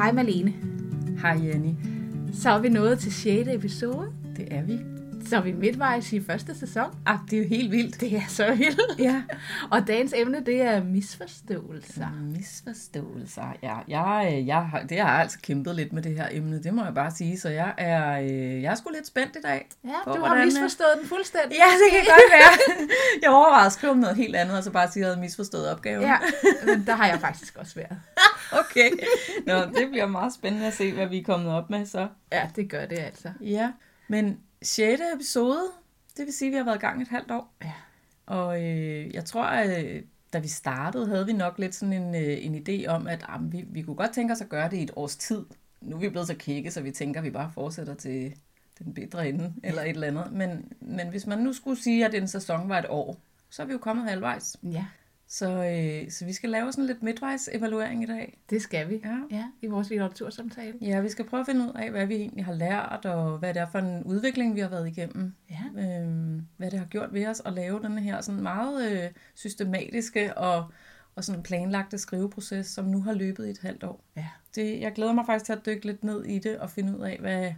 Hej Malene. Hej Jenny. Så er vi nået til 6. episode. Det er vi. Så er vi midtvejs i første sæson. Det er jo helt vildt. Det er så vildt. Ja. Og dagens emne, det er misforståelser. Misforståelser, ja. Jeg har altså kæmpet lidt med det her emne, det må jeg bare sige. Så jeg er sgu lidt spændt i dag. Ja, du har misforstået den fuldstændig. Ja, det kan godt være. Jeg overvejede at skrive noget helt andet, og så bare sige, at jeg havde misforstået opgaven. Ja, men der har jeg faktisk også været. Okay. Nå, det bliver meget spændende at se, hvad vi er kommet op med så. Ja, det gør det altså. Ja, men 6. episode, det vil sige, at vi har været i gang et halvt år. Ja. Og jeg tror, at da vi startede, havde vi nok lidt sådan en idé om, at vi kunne godt tænke os at gøre det i et års tid. Nu er vi blevet så kække, så vi tænker, at vi bare fortsætter til den bedre ende, eller et eller andet. Men hvis man nu skulle sige, at en sæson var et år, så er vi jo kommet halvvejs. Ja. Så vi skal lave sådan lidt midtvejs-evaluering i dag. Det skal vi, ja, i vores litteratursamtale. Ja, vi skal prøve at finde ud af, hvad vi egentlig har lært, og hvad det er for en udvikling, vi har været igennem. Ja. Hvad det har gjort ved os at lave den her sådan meget systematiske og sådan planlagte skriveproces, som nu har løbet i et halvt år. Ja. Jeg glæder mig faktisk til at dykke lidt ned i det og finde ud af,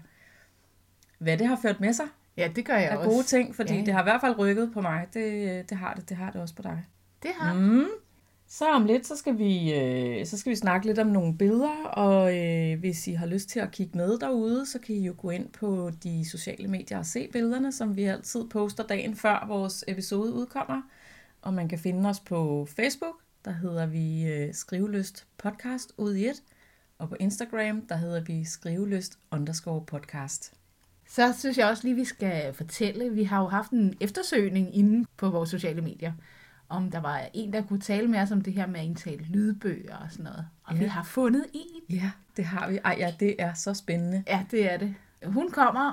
hvad det har ført med sig. Ja, det gør jeg af også. Gode ting, fordi det har i hvert fald rykket på mig. Det har det også på dig. Det har. Så om lidt, så skal vi snakke lidt om nogle billeder, og hvis I har lyst til at kigge med derude, så kan I jo gå ind på de sociale medier og se billederne, som vi altid poster dagen før vores episode udkommer. Og man kan finde os på Facebook, der hedder vi Skrivelyst Podcast ud i et, og på Instagram, der hedder vi Skrivelyst_podcast. Så synes jeg også lige, vi skal fortælle, vi har jo haft en eftersøgning inde på vores sociale medier, om der var en, der kunne tale med os om det her med at indtale lydbøger og sådan noget. Og vi har fundet en. Ja, det har vi. Det er så spændende. Ja, det er det. Hun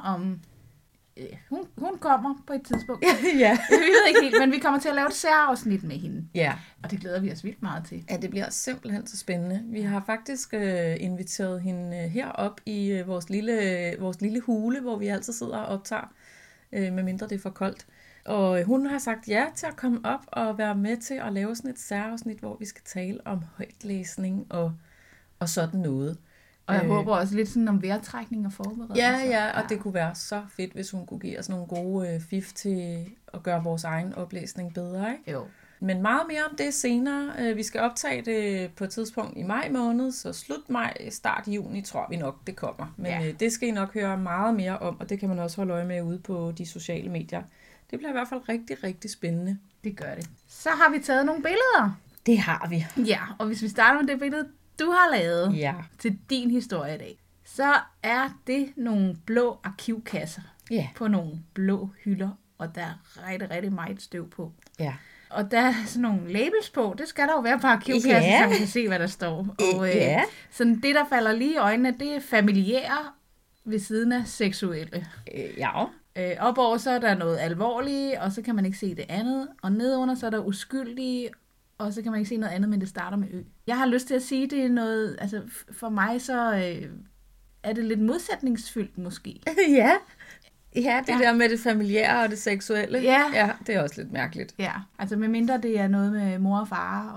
kommer på et tidspunkt. Ja. Vi ved ikke helt, men vi kommer til at lave et særafsnit med hende. Ja. Og det glæder vi os vildt meget til. Ja, det bliver simpelthen så spændende. Vi har faktisk inviteret hende herop i vores lille hule, hvor vi altid sidder og optager, medmindre det er for koldt. Og hun har sagt ja til at komme op og være med til at lave sådan et særafsnit, hvor vi skal tale om højtlæsning og sådan noget. Og jeg håber også lidt sådan om vejrtrækning og forberedelse. Ja, og det kunne være så fedt, hvis hun kunne give os nogle gode fif til at gøre vores egen oplæsning bedre, ikke? Jo. Men meget mere om det senere. Vi skal optage det på et tidspunkt i maj måned, så slut maj, start juni, tror vi nok, det kommer. Men det skal I nok høre meget mere om, og det kan man også holde øje med ude på de sociale medier. Det bliver i hvert fald rigtig, rigtig spændende. Det gør det. Så har vi taget nogle billeder. Det har vi. Ja, og hvis vi starter med det billede, du har lavet til din historie i dag, så er det nogle blå arkivkasser på nogle blå hylder, og der er rigtig, rigtig meget støv på. Ja. Og der er sådan nogle labels på. Det skal der jo være på arkivkassen, så man kan se, hvad der står. Og sådan det, der falder lige i øjnene, det er familiære ved siden af seksuelle. Ja. Opover så er der noget alvorligt, og så kan man ikke se det andet. Og nedenunder så er der uskyldige, og så kan man ikke se noget andet, men det starter med ø. Jeg har lyst til at sige, det er noget, altså for mig så er det lidt modsætningsfyldt måske. Ja, det der med det familiære og det seksuelle. Ja, det er også lidt mærkeligt. Ja, altså medmindre det er noget med mor og far,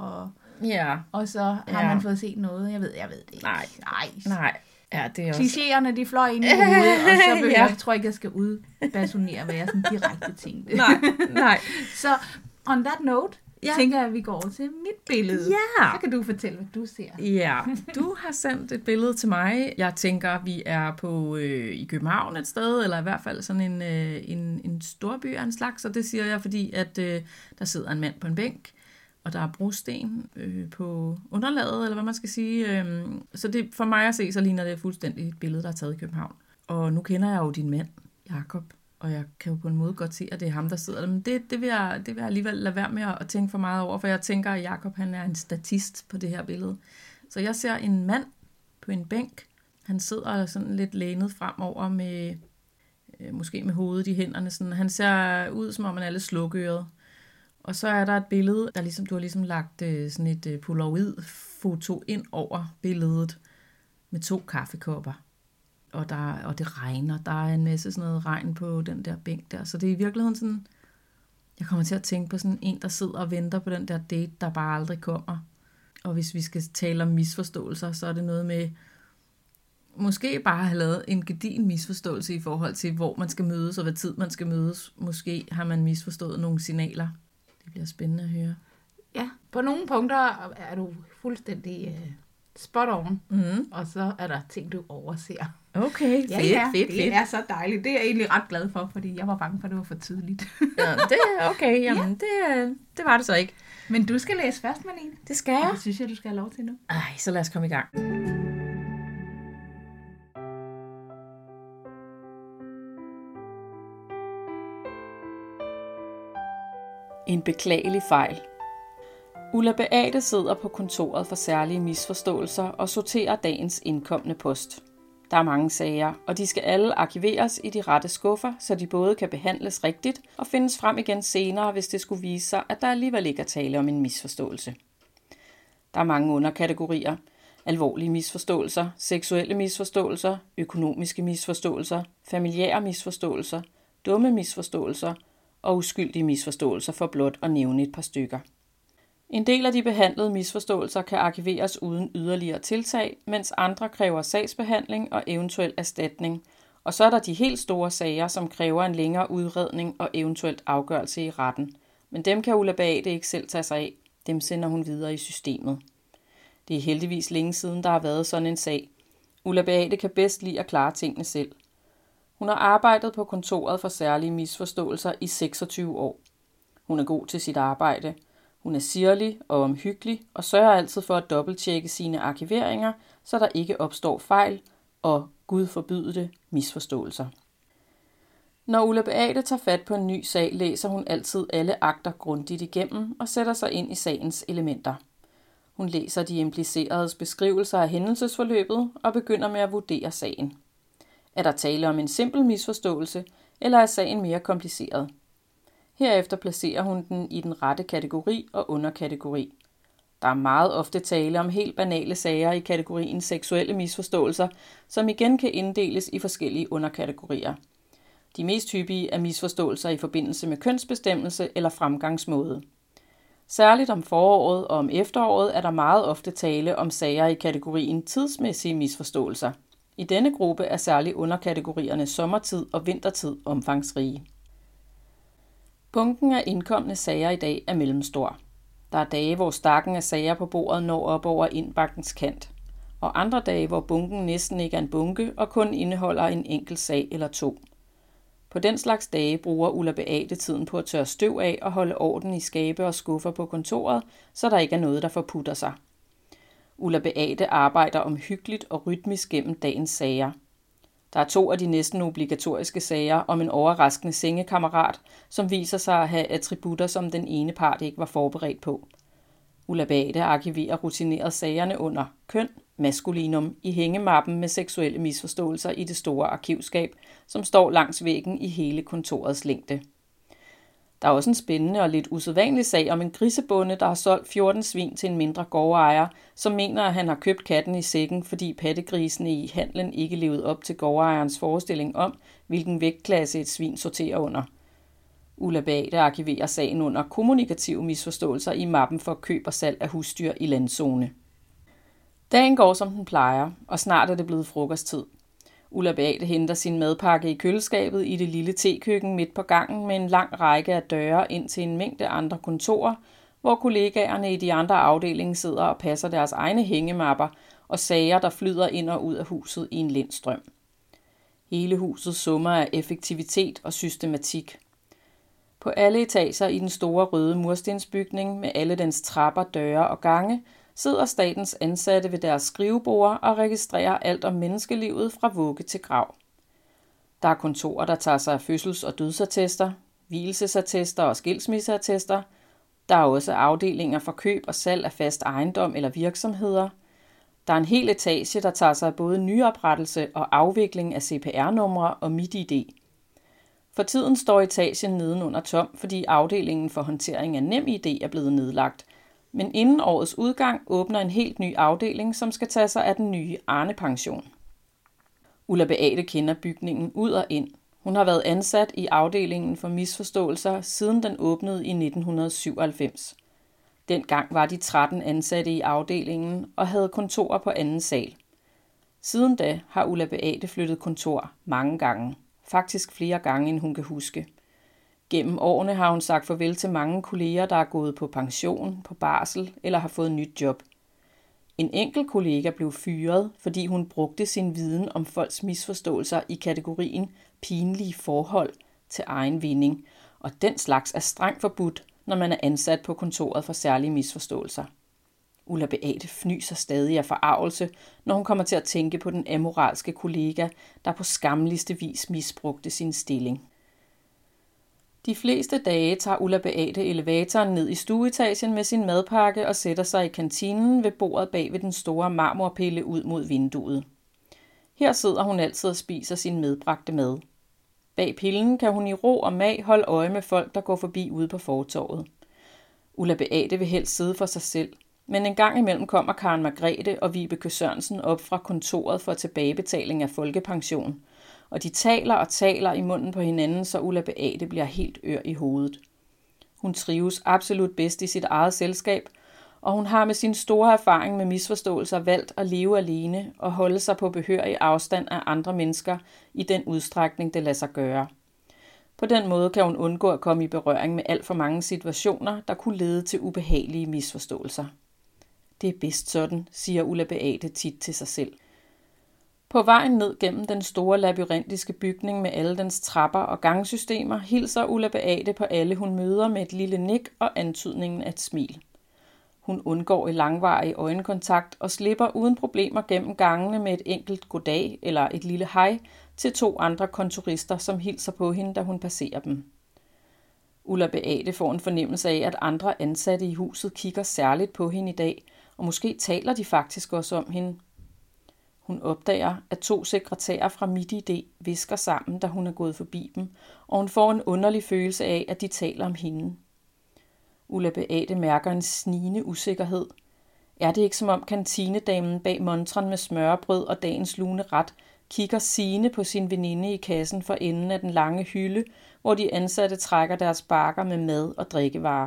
og så har man fået set noget. Jeg ved det ikke. Nej. Ja, det er også... Klichéerne, de fløj ind i hovedet, og så jeg tror ikke, jeg skal udbasunere, hvad jeg sådan direkte tænkte. Nej. Så on that note, tænker jeg, at vi går over til mit billede. Ja. Så kan du fortælle, hvad du ser. Ja, du har sendt et billede til mig. Jeg tænker, vi er i København et sted, eller i hvert fald sådan en storby af en slags, og det siger jeg, fordi at der sidder en mand på en bænk, og der er brosten på underlaget, eller hvad man skal sige. Så det, for mig at se, så ligner det fuldstændig et billede, der er taget i København. Og nu kender jeg jo din mand, Jakob, og jeg kan jo på en måde godt se, at det er ham, der sidder der. Men det vil jeg alligevel lade være med at tænke for meget over, for jeg tænker, at Jakob han er en statist på det her billede. Så jeg ser en mand på en bænk. Han sidder sådan lidt lænet fremover med, måske med hovedet i hænderne. Sådan. Han ser ud, som om han er lidt slukøret. Og så er der et billede, du har ligesom lagt sådan et polaroid-foto ind over billedet med 2 kaffekopper. Og det regner. Der er en masse sådan noget regn på den der bænk der. Så det er i virkeligheden sådan, jeg kommer til at tænke på sådan en, der sidder og venter på den der date, der bare aldrig kommer. Og hvis vi skal tale om misforståelser, så er det noget med, måske bare have lavet en gedigen misforståelse i forhold til, hvor man skal mødes og hvad tid man skal mødes. Måske har man misforstået nogle signaler. Det bliver spændende at høre. Ja, på nogle punkter er du fuldstændig spot on, og så er der ting, du overser. Okay, fedt. Det er så dejligt. Det er jeg egentlig ret glad for, fordi jeg var bange for, at det var for tidligt. Ja, det er okay. Jamen, det var det så ikke. Men du skal læse først, Malene. Det skal jeg. Det synes jeg, du skal have lov til nu. Ej, så lad os komme i gang. En beklagelig fejl. Ulla Beate sidder på kontoret for særlige misforståelser og sorterer dagens indkomne post. Der er mange sager, og de skal alle arkiveres i de rette skuffer, så de både kan behandles rigtigt og findes frem igen senere, hvis det skulle vise sig, at der alligevel ikke er tale om en misforståelse. Der er mange underkategorier. Alvorlige misforståelser, seksuelle misforståelser, økonomiske misforståelser, familiære misforståelser, dumme misforståelser og uskyldige misforståelser for blot at nævne et par stykker. En del af de behandlede misforståelser kan arkiveres uden yderligere tiltag, mens andre kræver sagsbehandling og eventuel erstatning. Og så er der de helt store sager, som kræver en længere udredning og eventuelt afgørelse i retten. Men dem kan Ulla Beate ikke selv tage sig af. Dem sender hun videre i systemet. Det er heldigvis længe siden, der har været sådan en sag. Ulla Beate kan bedst lide at klare tingene selv. Hun har arbejdet på kontoret for særlige misforståelser i 26 år. Hun er god til sit arbejde. Hun er sirlig og omhyggelig og sørger altid for at dobbelttjekke sine arkiveringer, så der ikke opstår fejl og, Gud forbyde det, misforståelser. Når Ulla Beate tager fat på en ny sag, læser hun altid alle akter grundigt igennem og sætter sig ind i sagens elementer. Hun læser de impliceredes beskrivelser af hændelsesforløbet og begynder med at vurdere sagen. Er der tale om en simpel misforståelse, eller er sagen mere kompliceret? Herefter placerer hun den i den rette kategori og underkategori. Der er meget ofte tale om helt banale sager i kategorien seksuelle misforståelser, som igen kan inddeles i forskellige underkategorier. De mest hyppige er misforståelser i forbindelse med kønsbestemmelse eller fremgangsmåde. Særligt om foråret og om efteråret er der meget ofte tale om sager i kategorien tidsmæssige misforståelser. I denne gruppe er særligt underkategorierne sommertid og vintertid omfangsrige. Bunken af indkomne sager i dag er mellemstor. Der er dage, hvor stakken af sager på bordet når op over indbakkens kant, og andre dage, hvor bunken næsten ikke er en bunke og kun indeholder en enkelt sag eller to. På den slags dage bruger Ulla Beate tiden på at tørre støv af og holde orden i skabe og skuffer på kontoret, så der ikke er noget, der forputter sig. Ulla Beate arbejder omhyggeligt og rytmisk gennem dagens sager. Der er 2 af de næsten obligatoriske sager om en overraskende sengekammerat, som viser sig at have attributter, som den ene part ikke var forberedt på. Ulla Beate arkiverer rutineret sagerne under køn, maskulinum, i hængemappen med seksuelle misforståelser i det store arkivskab, som står langs væggen i hele kontorets længde. Der er også en spændende og lidt usædvanlig sag om en grisebonde, der har solgt 14 svin til en mindre gårdejer, som mener, at han har købt katten i sækken, fordi pattegrisene i handlen ikke levede op til gårdejerens forestilling om, hvilken vægtklasse et svin sorterer under. Ulla Beate arkiverer sagen under kommunikative misforståelser i mappen for køb og salg af husdyr i landzone. Dagen går som den plejer, og snart er det blevet frokosttid. Ulla Beate henter sin madpakke i køleskabet i det lille tekøkken midt på gangen med en lang række af døre ind til en mængde andre kontorer, hvor kollegaerne i de andre afdelinger sidder og passer deres egne hængemapper og sager, der flyder ind og ud af huset i en lindstrøm. Hele huset summer af effektivitet og systematik. På alle etager i den store røde murstensbygning med alle dens trapper, døre og gange, sidder statens ansatte ved deres skriveborde og registrerer alt om menneskelivet fra vugge til grav. Der er kontorer, der tager sig af fødsels- og dødsattester, vielsesattester og skilsmisseattester. Der er også afdelinger for køb og salg af fast ejendom eller virksomheder. Der er en hel etage, der tager sig af både nyoprettelse og afvikling af CPR-numre og MitID. For tiden står etagen nedenunder tom, fordi afdelingen for håndtering af NemID er blevet nedlagt. Men inden årets udgang åbner en helt ny afdeling, som skal tage sig af den nye Arne-pension. Ulla Beate kender bygningen ud og ind. Hun har været ansat i afdelingen for misforståelser, siden den åbnede i 1997. Dengang var de 13 ansatte i afdelingen og havde kontorer på anden sal. Siden da har Ulla Beate flyttet kontor mange gange. Faktisk flere gange, end hun kan huske. Gennem årene har hun sagt farvel til mange kolleger, der er gået på pension, på barsel eller har fået nyt job. En enkelt kollega blev fyret, fordi hun brugte sin viden om folks misforståelser i kategorien pinlige forhold til egen vinding, og den slags er strengt forbudt, når man er ansat på kontoret for særlige misforståelser. Ulla Beate fnyser stadig af forargelse, når hun kommer til at tænke på den amoralske kollega, der på skammeligste vis misbrugte sin stilling. De fleste dage tager Ulla Beate elevatoren ned i stueetagen med sin madpakke og sætter sig i kantinen ved bordet bag ved den store marmorpille ud mod vinduet. Her sidder hun altid og spiser sin medbragte mad. Bag pillen kan hun i ro og mag holde øje med folk, der går forbi ude på fortovet. Ulla Beate vil helst sidde for sig selv, men en gang imellem kommer Karen Margrethe og Vibeke Sørensen op fra kontoret for tilbagebetaling af folkepension, og de taler og taler i munden på hinanden, så Ulla Beate bliver helt ør i hovedet. Hun trives absolut bedst i sit eget selskab, og hun har med sin store erfaring med misforståelser valgt at leve alene og holde sig på behørig afstand af andre mennesker i den udstrækning, det lader sig gøre. På den måde kan hun undgå at komme i berøring med alt for mange situationer, der kunne lede til ubehagelige misforståelser. Det er bedst sådan, siger Ulla Beate tit til sig selv. På vejen ned gennem den store labyrintiske bygning med alle dens trapper og gangsystemer, hilser Ulla Beate på alle, hun møder med et lille nik og antydningen af et smil. Hun undgår i langvarig øjenkontakt og slipper uden problemer gennem gangene med et enkelt goddag eller et lille hej til 2 andre kontorister, som hilser på hende, da hun passerer dem. Ulla Beate får en fornemmelse af, at andre ansatte i huset kigger særligt på hende i dag, og måske taler de faktisk også om hende. Hun opdager, at 2 sekretærer fra MitID hvisker sammen, da hun er gået forbi dem, og hun får en underlig følelse af, at de taler om hende. Ulla Beate mærker en snigende usikkerhed. Er det ikke som om kantinedamen bag montren med smørbrød og dagens lune ret kigger sigende på sin veninde i kassen for enden af den lange hylde, hvor de ansatte trækker deres bakker med mad og drikkevarer.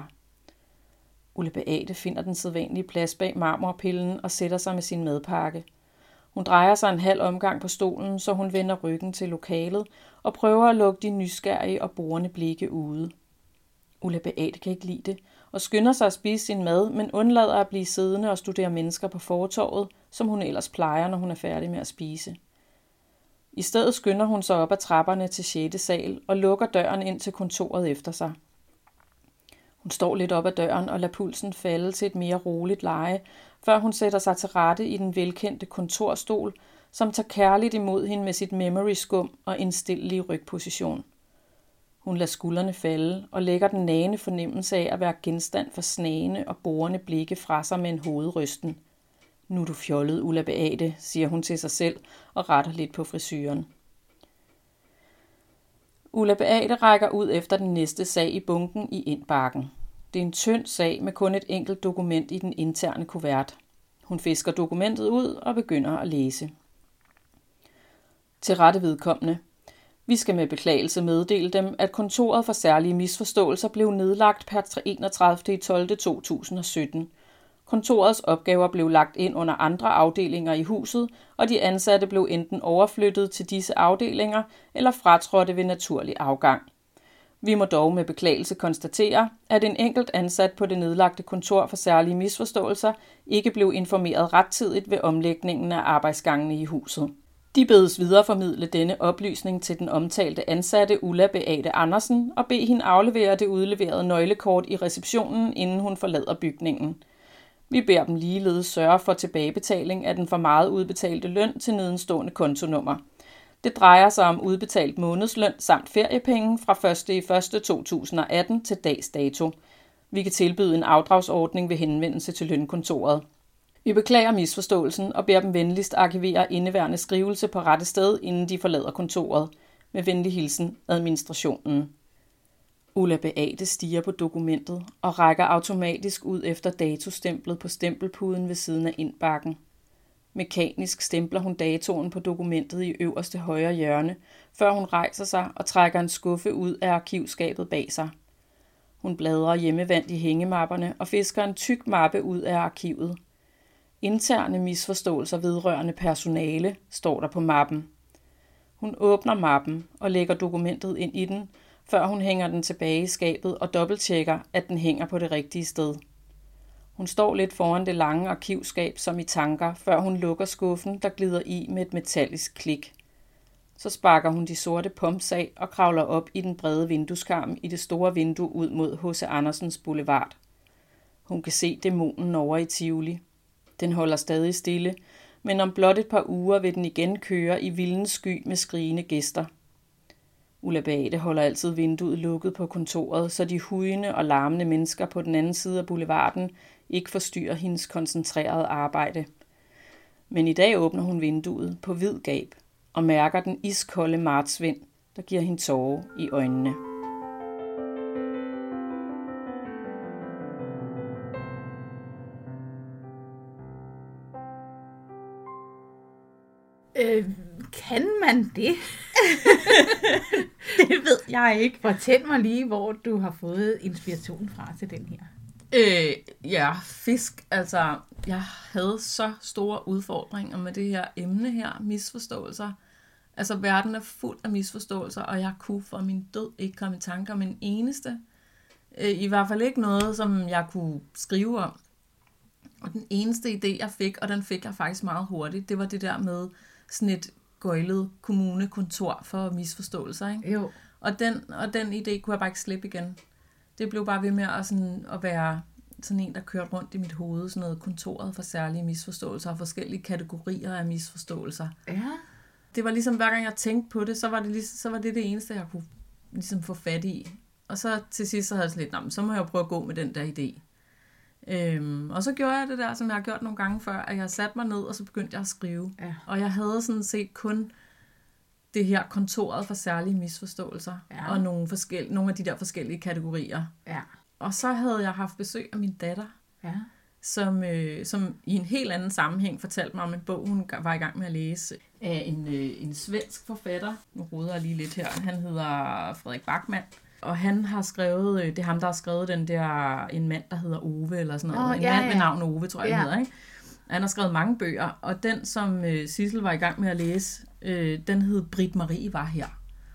Ulla Beate finder den sædvanlige plads bag marmorpillen og sætter sig med sin madpakke. Hun drejer sig en halv omgang på stolen, så hun vender ryggen til lokalet og prøver at lukke de nysgerrige og borende blikke ude. Ulla Beate kan ikke lide det og skynder sig at spise sin mad, men undlader at blive siddende og studere mennesker på fortovet, som hun ellers plejer, når hun er færdig med at spise. I stedet skynder hun sig op ad trapperne til 6. sal og lukker døren ind til kontoret efter sig. Hun står lidt op ad døren og lader pulsen falde til et mere roligt leje, før hun sætter sig til rette i den velkendte kontorstol, som tager kærligt imod hende med sit memory-skum og indstillelige rygposition. Hun lader skuldrene falde og lægger den nagende fornemmelse af at være genstand for snagende og borende blikke fra sig med en hovedrysten. Nu er du fjollet, Ulla Beate, siger hun til sig selv og retter lidt på frisyren. Ulla Beate rækker ud efter den næste sag i bunken i indbakken. Det er en tynd sag med kun et enkelt dokument i den interne kuvert. Hun fisker dokumentet ud og begynder at læse. Til rette vedkommende. Vi skal med beklagelse meddele dem, at kontoret for særlige misforståelser blev nedlagt per 31.12.2017. Kontorets opgaver blev lagt ind under andre afdelinger i huset, og de ansatte blev enten overflyttet til disse afdelinger eller fratrådte ved naturlig afgang. Vi må dog med beklagelse konstatere, at en enkelt ansat på det nedlagte kontor for særlige misforståelser ikke blev informeret rettidigt ved omlægningen af arbejdsgangene i huset. De bedes videreformidle denne oplysning til den omtalte ansatte Ulla Beate Andersen og bede hende aflevere det udleverede nøglekort i receptionen, inden hun forlader bygningen. Vi beder dem ligeledes sørge for tilbagebetaling af den for meget udbetalte løn til nedenstående kontonummer. Det drejer sig om udbetalt månedsløn samt feriepenge fra 1.1.2018 til dags dato. Vi kan tilbyde en afdragsordning ved henvendelse til lønkontoret. Vi beklager misforståelsen og beder dem venligst arkivere indeværende skrivelse på rette sted, inden de forlader kontoret. Med venlig hilsen, administrationen. Ulla Beate stiger på dokumentet og rækker automatisk ud efter datostemplet på stempelpuden ved siden af indbakken. Mekanisk stempler hun datoen på dokumentet i øverste højre hjørne, før hun rejser sig og trækker en skuffe ud af arkivskabet bag sig. Hun bladrer hjemmevandt i hængemapperne og fisker en tyk mappe ud af arkivet. Interne misforståelser vedrørende personale står der på mappen. Hun åbner mappen og lægger dokumentet ind i den, før hun hænger den tilbage i skabet og dobbelttjekker, at den hænger på det rigtige sted. Hun står lidt foran det lange arkivskab som i tanker, før hun lukker skuffen, der glider i med et metallisk klik. Så sparker hun de sorte pumps af og kravler op i den brede vindueskarm i det store vindue ud mod H.C. Andersens Boulevard. Hun kan se dæmonen over i Tivoli. Den holder stadig stille, men om blot et par uger vil den igen køre i vildens sky med skrigende gæster. Ulla Beate holder altid vinduet lukket på kontoret, så de hujende og larmende mennesker på den anden side af boulevarden ikke forstyrrer hendes koncentrerede arbejde. Men i dag åbner hun vinduet på vid gab og mærker den iskolde martsvind, der giver hende tårer i øjnene. Kan man det? Det ved jeg ikke. Fortæl mig lige, hvor du har fået inspiration fra til den her. Ja, fisk. Altså, jeg havde så store udfordringer med det her emne her, misforståelser. Altså, verden er fuld af misforståelser, og jeg kunne for min død ikke komme i tanker om en eneste. I hvert fald ikke noget, som jeg kunne skrive om. Og den eneste idé, jeg fik, og den fik jeg faktisk meget hurtigt, det var det der med sådan et gøjlet kommunekontor for misforståelser, ikke? Jo. Og den idé kunne jeg bare ikke slippe igen. Det blev bare ved med at være sådan en, der kørte rundt i mit hoved, sådan noget kontoret for særlige misforståelser og forskellige kategorier af misforståelser. Ja. Det var ligesom, hver gang jeg tænkte på det, så var det det eneste, jeg kunne ligesom få fat i. Og så til sidst, så havde jeg sådan lidt, så må jeg jo prøve at gå med den der idé. Og så gjorde jeg det der, som jeg har gjort nogle gange før, at jeg satte mig ned, og så begyndte jeg at skrive. Ja. Og jeg havde sådan set kun det her kontoret for særlige misforståelser, og nogle af de der forskellige kategorier. Ja. Og så havde jeg haft besøg af min datter, som i en helt anden sammenhæng fortalte mig om en bog, hun var i gang med at læse af en svensk forfatter. Nu roder jeg lige lidt her. Han hedder Fredrik Backman. Og han har skrevet, det er ham, der har skrevet den der, en mand, der hedder Ove, eller sådan noget. En mand med navn Ove, tror jeg, den hedder, ikke? Han har skrevet mange bøger, og den, som Sissel var i gang med at læse, den hed Britt Marie var her.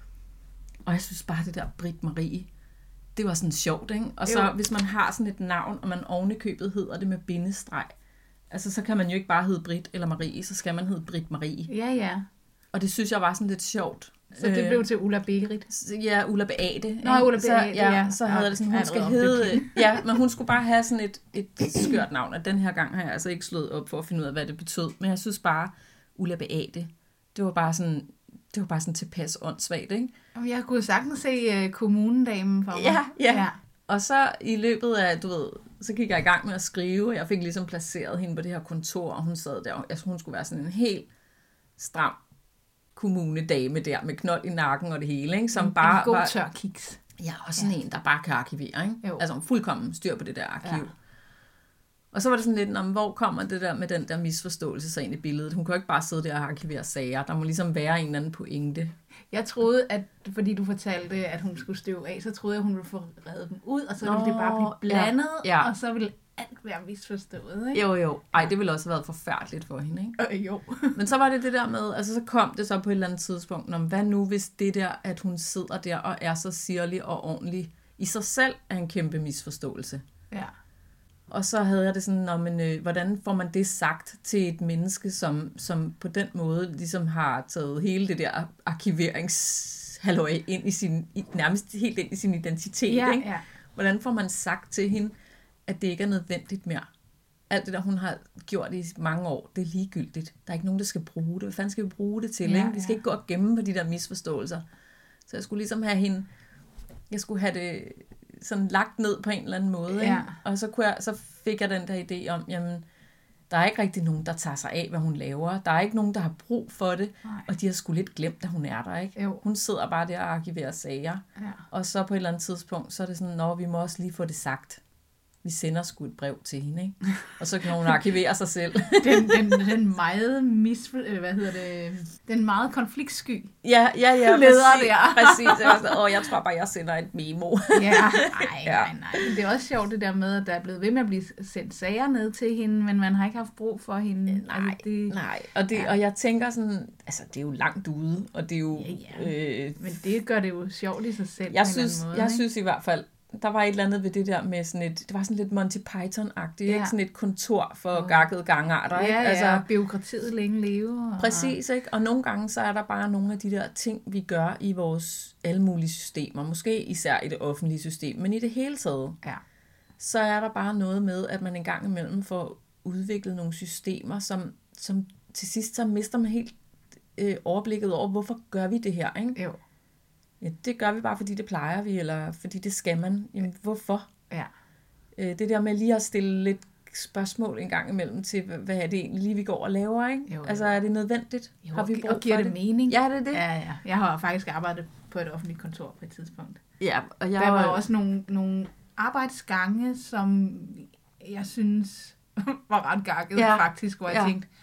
Og jeg synes bare, det der Britt Marie, det var sådan sjovt, ikke? Og så hvis man har sådan et navn, og man oven i købet hedder det med bindestreg, altså så kan man jo ikke bare hedde Britt eller Marie, så skal man hedde Britt Marie. Ja, ja. Og det synes jeg var sådan lidt sjovt. Så det blev til Ulla Berit? Ja, Ulla Beate. Nå, Ulla Beate, så havde det sådan, hun skal hedde... Ja, men hun skulle bare have sådan et skørt navn, og den her gang har jeg altså ikke slået op for at finde ud af, hvad det betød. Men jeg synes bare, Ulla Beate, det var bare sådan tilpas åndssvagt, ikke? Jeg kunne sagtens se kommunedamen for mig. Ja. Og så i løbet af, så gik jeg i gang med at skrive, og jeg fik ligesom placeret hende på det her kontor, og hun sad der, altså hun skulle være sådan en helt stram kommunedame der, med knold i nakken og det hele, ikke? Som bare en god tør kiks. Ja, og sådan en, der bare kan arkivere, ikke? Jo. Altså fuldkommen styr på det der arkiv. Ja. Og så var det sådan lidt, hvor kommer det der med den der misforståelse så ind i billedet? Hun kan jo ikke bare sidde der og arkivere sager. Der må ligesom være en eller anden pointe. Jeg troede, at fordi du fortalte, at hun skulle støve af, så troede jeg, at hun ville få reddet dem ud, og så ville det bare blive blandet, og så ville alt være misforstået, ikke? Jo. Ej, det ville også have været forfærdeligt for hende, ikke? Jo. Men så var det der med, altså så kom det så på et eller andet tidspunkt, om hvad nu hvis det der, at hun sidder der og er så sirlig og ordentlig i sig selv, er en kæmpe misforståelse. Ja. Og så havde jeg det sådan, hvordan får man det sagt til et menneske, som på den måde ligesom har taget hele det der arkiveringshalløj ind i nærmest helt ind i sin identitet, ikke? Ja. Hvordan får man sagt til hende, at det ikke er nødvendigt mere? Alt det der, hun har gjort i mange år, det er ligegyldigt. Der er ikke nogen, der skal bruge det. Hvad fanden skal vi bruge det til? Ikke? Vi skal ikke gå og gemme på de der misforståelser. Så jeg skulle ligesom have hende, jeg skulle have det sådan lagt ned på en eller anden måde. Ikke? Ja. Og så fik jeg den der idé om, jamen, der er ikke rigtig nogen, der tager sig af, hvad hun laver. Der er ikke nogen, der har brug for det. Nej. Og de har sgu lidt glemt, at hun er der. Ikke? Hun sidder bare der og arkiverer sager. Ja. Og så på et eller andet tidspunkt, så er det sådan, vi må også lige få det sagt. vi sender sgu et brev til hende, ikke? Og så kan hun arkivere sig selv. den meget den meget konfliktsky. Ja, leder der. Præcis. Jeg tror bare, jeg sender et memo. Nej. Men det er også sjovt det der med, at der er blevet ved med at blive sendt sager ned til hende, men man har ikke haft brug for hende. Nej. Og jeg tænker sådan, altså det er jo langt ude, og det er jo... Men det gør det jo sjovt i sig selv. Jeg synes i hvert fald, der var et eller andet ved det der med sådan et, det var sådan lidt Monty Python-agtigt, ikke? Sådan et kontor for gakkede gangarter, ikke? Altså bureaukratiet længe leve. Præcis, ikke? Og nogle gange så er der bare nogle af de der ting, vi gør i vores alle mulige systemer, måske især i det offentlige system, men i det hele taget, så er der bare noget med, at man en gang imellem får udviklet nogle systemer, som til sidst så mister man helt overblikket over, hvorfor gør vi det her, ikke? Jo. Ja, det gør vi bare, fordi det plejer vi, eller fordi det skal man. Jamen, hvorfor? Ja. Det der med lige at stille lidt spørgsmål en gang imellem til, hvad er det egentlig lige, vi går og laver, ikke? Jo. Altså, er det nødvendigt? Jo, har vi brug for det? Giver det mening? Ja, det er det. Ja. Jeg har faktisk arbejdet på et offentligt kontor på et tidspunkt. Ja, og der var også nogle arbejdsgange, som jeg synes var ret gakket, faktisk, hvor jeg tænkte,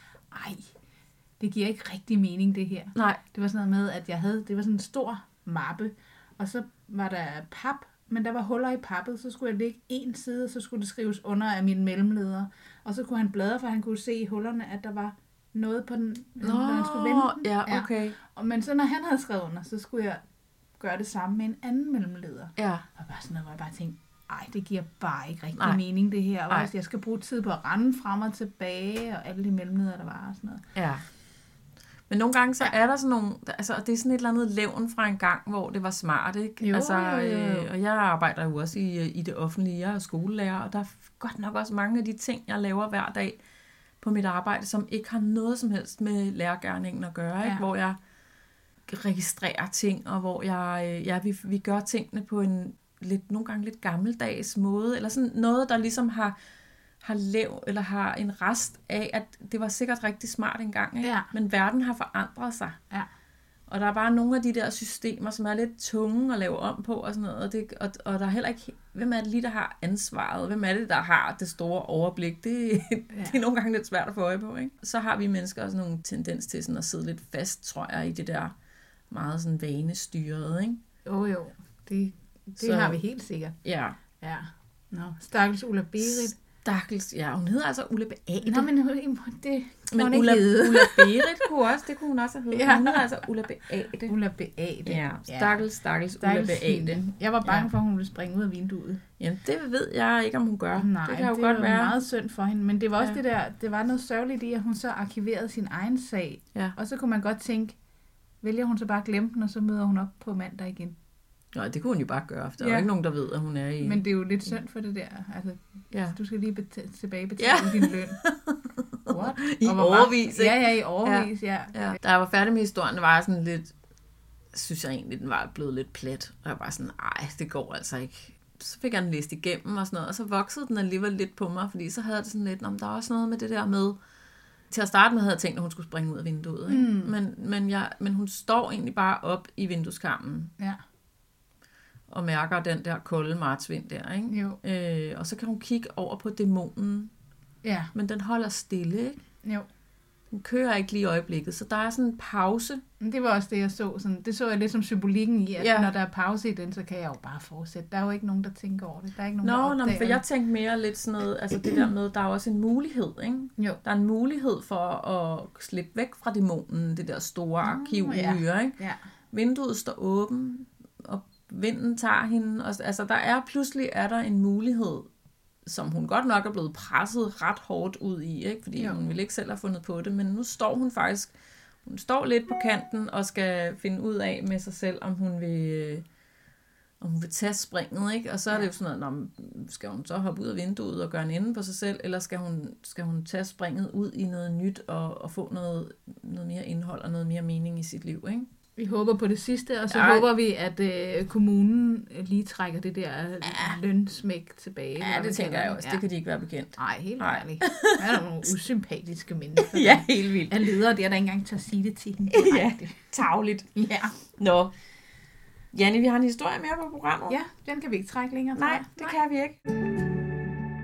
det giver ikke rigtig mening, det her. Nej. Det var sådan noget med, at det var sådan en stor mappe, og så var der pap, men der var huller i pappet, så skulle jeg lægge en side, og så skulle det skrives under af mine mellemledere, og så kunne han bladre, for han kunne se i hullerne, at der var noget på den, når han skulle vende den. Ja, okay. Men så når han havde skrevet under, så skulle jeg gøre det samme med en anden mellemleder. Ja. Og bare sådan noget, hvor jeg bare tænkte, det giver bare ikke rigtig mening, det her. Og jeg skal bruge tid på at rende frem og tilbage, og alle de mellemledere, der var og sådan noget. Ja. Men nogle gange så er der sådan nogle, altså det er sådan et eller andet levn fra en gang, hvor det var smart, ikke? Jo. Og jeg arbejder jo også i det offentlige, jeg er skolelærer, og der er godt nok også mange af de ting, jeg laver hver dag på mit arbejde, som ikke har noget som helst med lærergerningen at gøre, ikke? Hvor jeg registrerer ting, og hvor vi gør tingene på en nogle gange lidt gammeldags måde, eller sådan noget, der ligesom har eller har en rest af, at det var sikkert rigtig smart engang, ikke? Ja. Men verden har forandret sig. Ja. Og der er bare nogle af de der systemer, som er lidt tunge at lave om på, og sådan noget, og der er heller ikke, hvem er det lige, der har ansvaret? Hvem er det, der har det store overblik? Det er nogle gange lidt svært at få øje på, ikke? Så har vi mennesker også nogle tendens til sådan at sidde lidt fast, tror jeg, i det der meget sådan vanestyrede, ikke? Jo. Det har vi helt sikkert. Ja. Stakkels Ulla Berit. Hun hedder altså Ulla Beate. Nå, men Ulla Berit kunne hun også have heddet. Hun hedder altså Ulla Beate. Ulla Beate. Ja, stakkels Ulla Beate. Jeg var bange for, at hun ville springe ud af vinduet. Jamen, det ved jeg ikke, om hun gør. Nej, det kan jo det godt være meget synd for hende. Men det var også det der, det var noget sørgeligt i, at hun så arkiverede sin egen sag. Ja. Og så kunne man godt tænke, vælger hun så bare at glemme den, og så møder hun op på mandag igen. Nej, det kunne hun jo bare gøre, for der er jo ikke nogen, der ved, at hun er i... Men det er jo lidt synd for det der. Altså, du skal lige tilbagebetale din løn. What? I årevis, ikke? Ja, i årevis, ja. Da jeg var færdig med historien, var jeg sådan lidt... Synes jeg egentlig, den var blevet lidt plat. Og jeg var sådan, det går altså ikke. Så fik jeg den læst igennem og sådan noget, og så voksede den alligevel lidt på mig, fordi så havde det sådan lidt, der er også noget med det der med... Til at starte med havde jeg tænkt, at hun skulle springe ud af vinduet, ikke? Men hun står egentlig bare op i vindueskarmen. Ja. Og mærker den der kolde martsvind der, ikke? Jo. Og så kan hun kigge over på dæmonen. Ja. Men den holder stille, ikke? Jo. Den kører ikke lige i øjeblikket, så der er sådan en pause. Det var også det, jeg så. Sådan, det så jeg lidt som symbolikken i, at når der er pause i den, så kan jeg jo bare fortsætte. Der er jo ikke nogen, der tænker over det. Der er ikke nogen, der opdager for jeg tænkte mere lidt sådan noget, altså det der med, der er også en mulighed, ikke? Jo. Der er en mulighed for at slippe væk fra dæmonen, det der store arkiv, ikke? Ja. Vinduet står åben, og vinden tager hende. Og, altså pludselig er der en mulighed, som hun godt nok er blevet presset ret hårdt ud i, ikke? Fordi hun ville ikke selv have fundet på det, men nu står hun faktisk, hun står lidt på kanten og skal finde ud af med sig selv, om hun vil tage springet, ikke? Og så er det jo sådan noget, skal hun så hoppe ud af vinduet og gøre en ende på sig selv, eller skal hun tage springet ud i noget nyt og få noget mere indhold og noget mere mening i sit liv, ikke? Vi håber på det sidste, og så håber vi, at kommunen lige trækker det der lønsmæk tilbage. Ja, det tænker jeg også. Det kan de ikke være bekendt. Nej, helt ærligt. Der er nogle usympatiske mennesker. Ja, helt vildt. Er ledere der ikke engang tør sige det til hende. Ja, tarveligt. Ja. Nå. Janni, vi har en historie mere på programmet. Ja, den kan vi ikke trække længere. Nej, det kan vi ikke.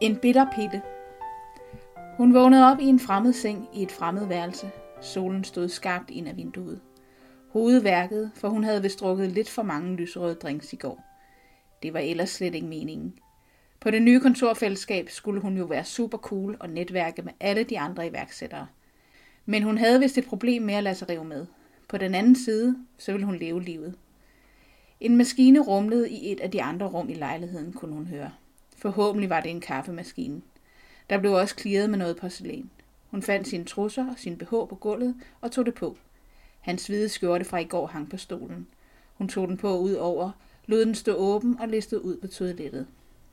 En bitter pille. Hun vågnede op i en fremmed seng i et fremmed værelse. Solen stod skarpt ind af vinduet. Hovedet værkede, for hun havde vist drukket lidt for mange lyserøde drinks i går. Det var ellers slet ikke meningen. På det nye kontorfællesskab skulle hun jo være super cool og netværke med alle de andre iværksættere. Men hun havde vist et problem med at lade sig rive med. På den anden side, så ville hun leve livet. En maskine rumlede i et af de andre rum i lejligheden, kunne hun høre. Forhåbentlig var det en kaffemaskine. Der blev også clearet med noget porcelæn. Hun fandt sine trusser og sin BH på gulvet og tog det på. Hans hvide skjorte fra i går hang på stolen. Hun tog den på ud over, lod den stå åben og listede ud på toilettet.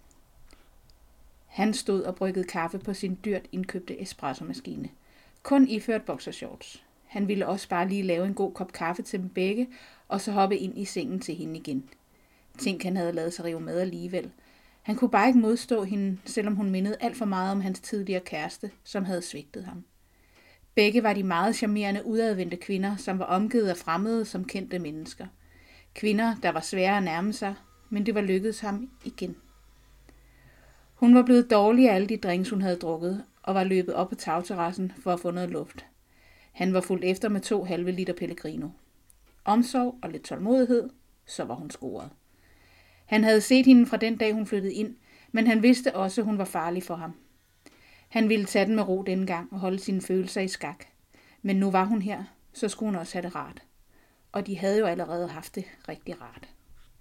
Han stod og bryggede kaffe på sin dyrt indkøbte espressomaskine. Kun iført boxershorts. Han ville også bare lige lave en god kop kaffe til dem begge, og så hoppe ind i sengen til hende igen. Tænk, han havde lavet sig rive med alligevel. Han kunne bare ikke modstå hende, selvom hun mindede alt for meget om hans tidligere kæreste, som havde svigtet ham. Begge var de meget charmerende, udadvendte kvinder, som var omgivet af fremmede som kendte mennesker. Kvinder, der var svære at nærme sig, men det var lykkedes ham igen. Hun var blevet dårlig af alle de drinks, hun havde drukket, og var løbet op på tagterrassen for at få noget luft. Han var fulgt efter med 2,5 liter Pellegrino. Omsorg og lidt tålmodighed, så var hun scoret. Han havde set hende fra den dag, hun flyttede ind, men han vidste også, at hun var farlig for ham. Han ville tage den med ro denne gang og holde sine følelser i skak. Men nu var hun her, så skulle hun også have det rart. Og de havde jo allerede haft det rigtig rart.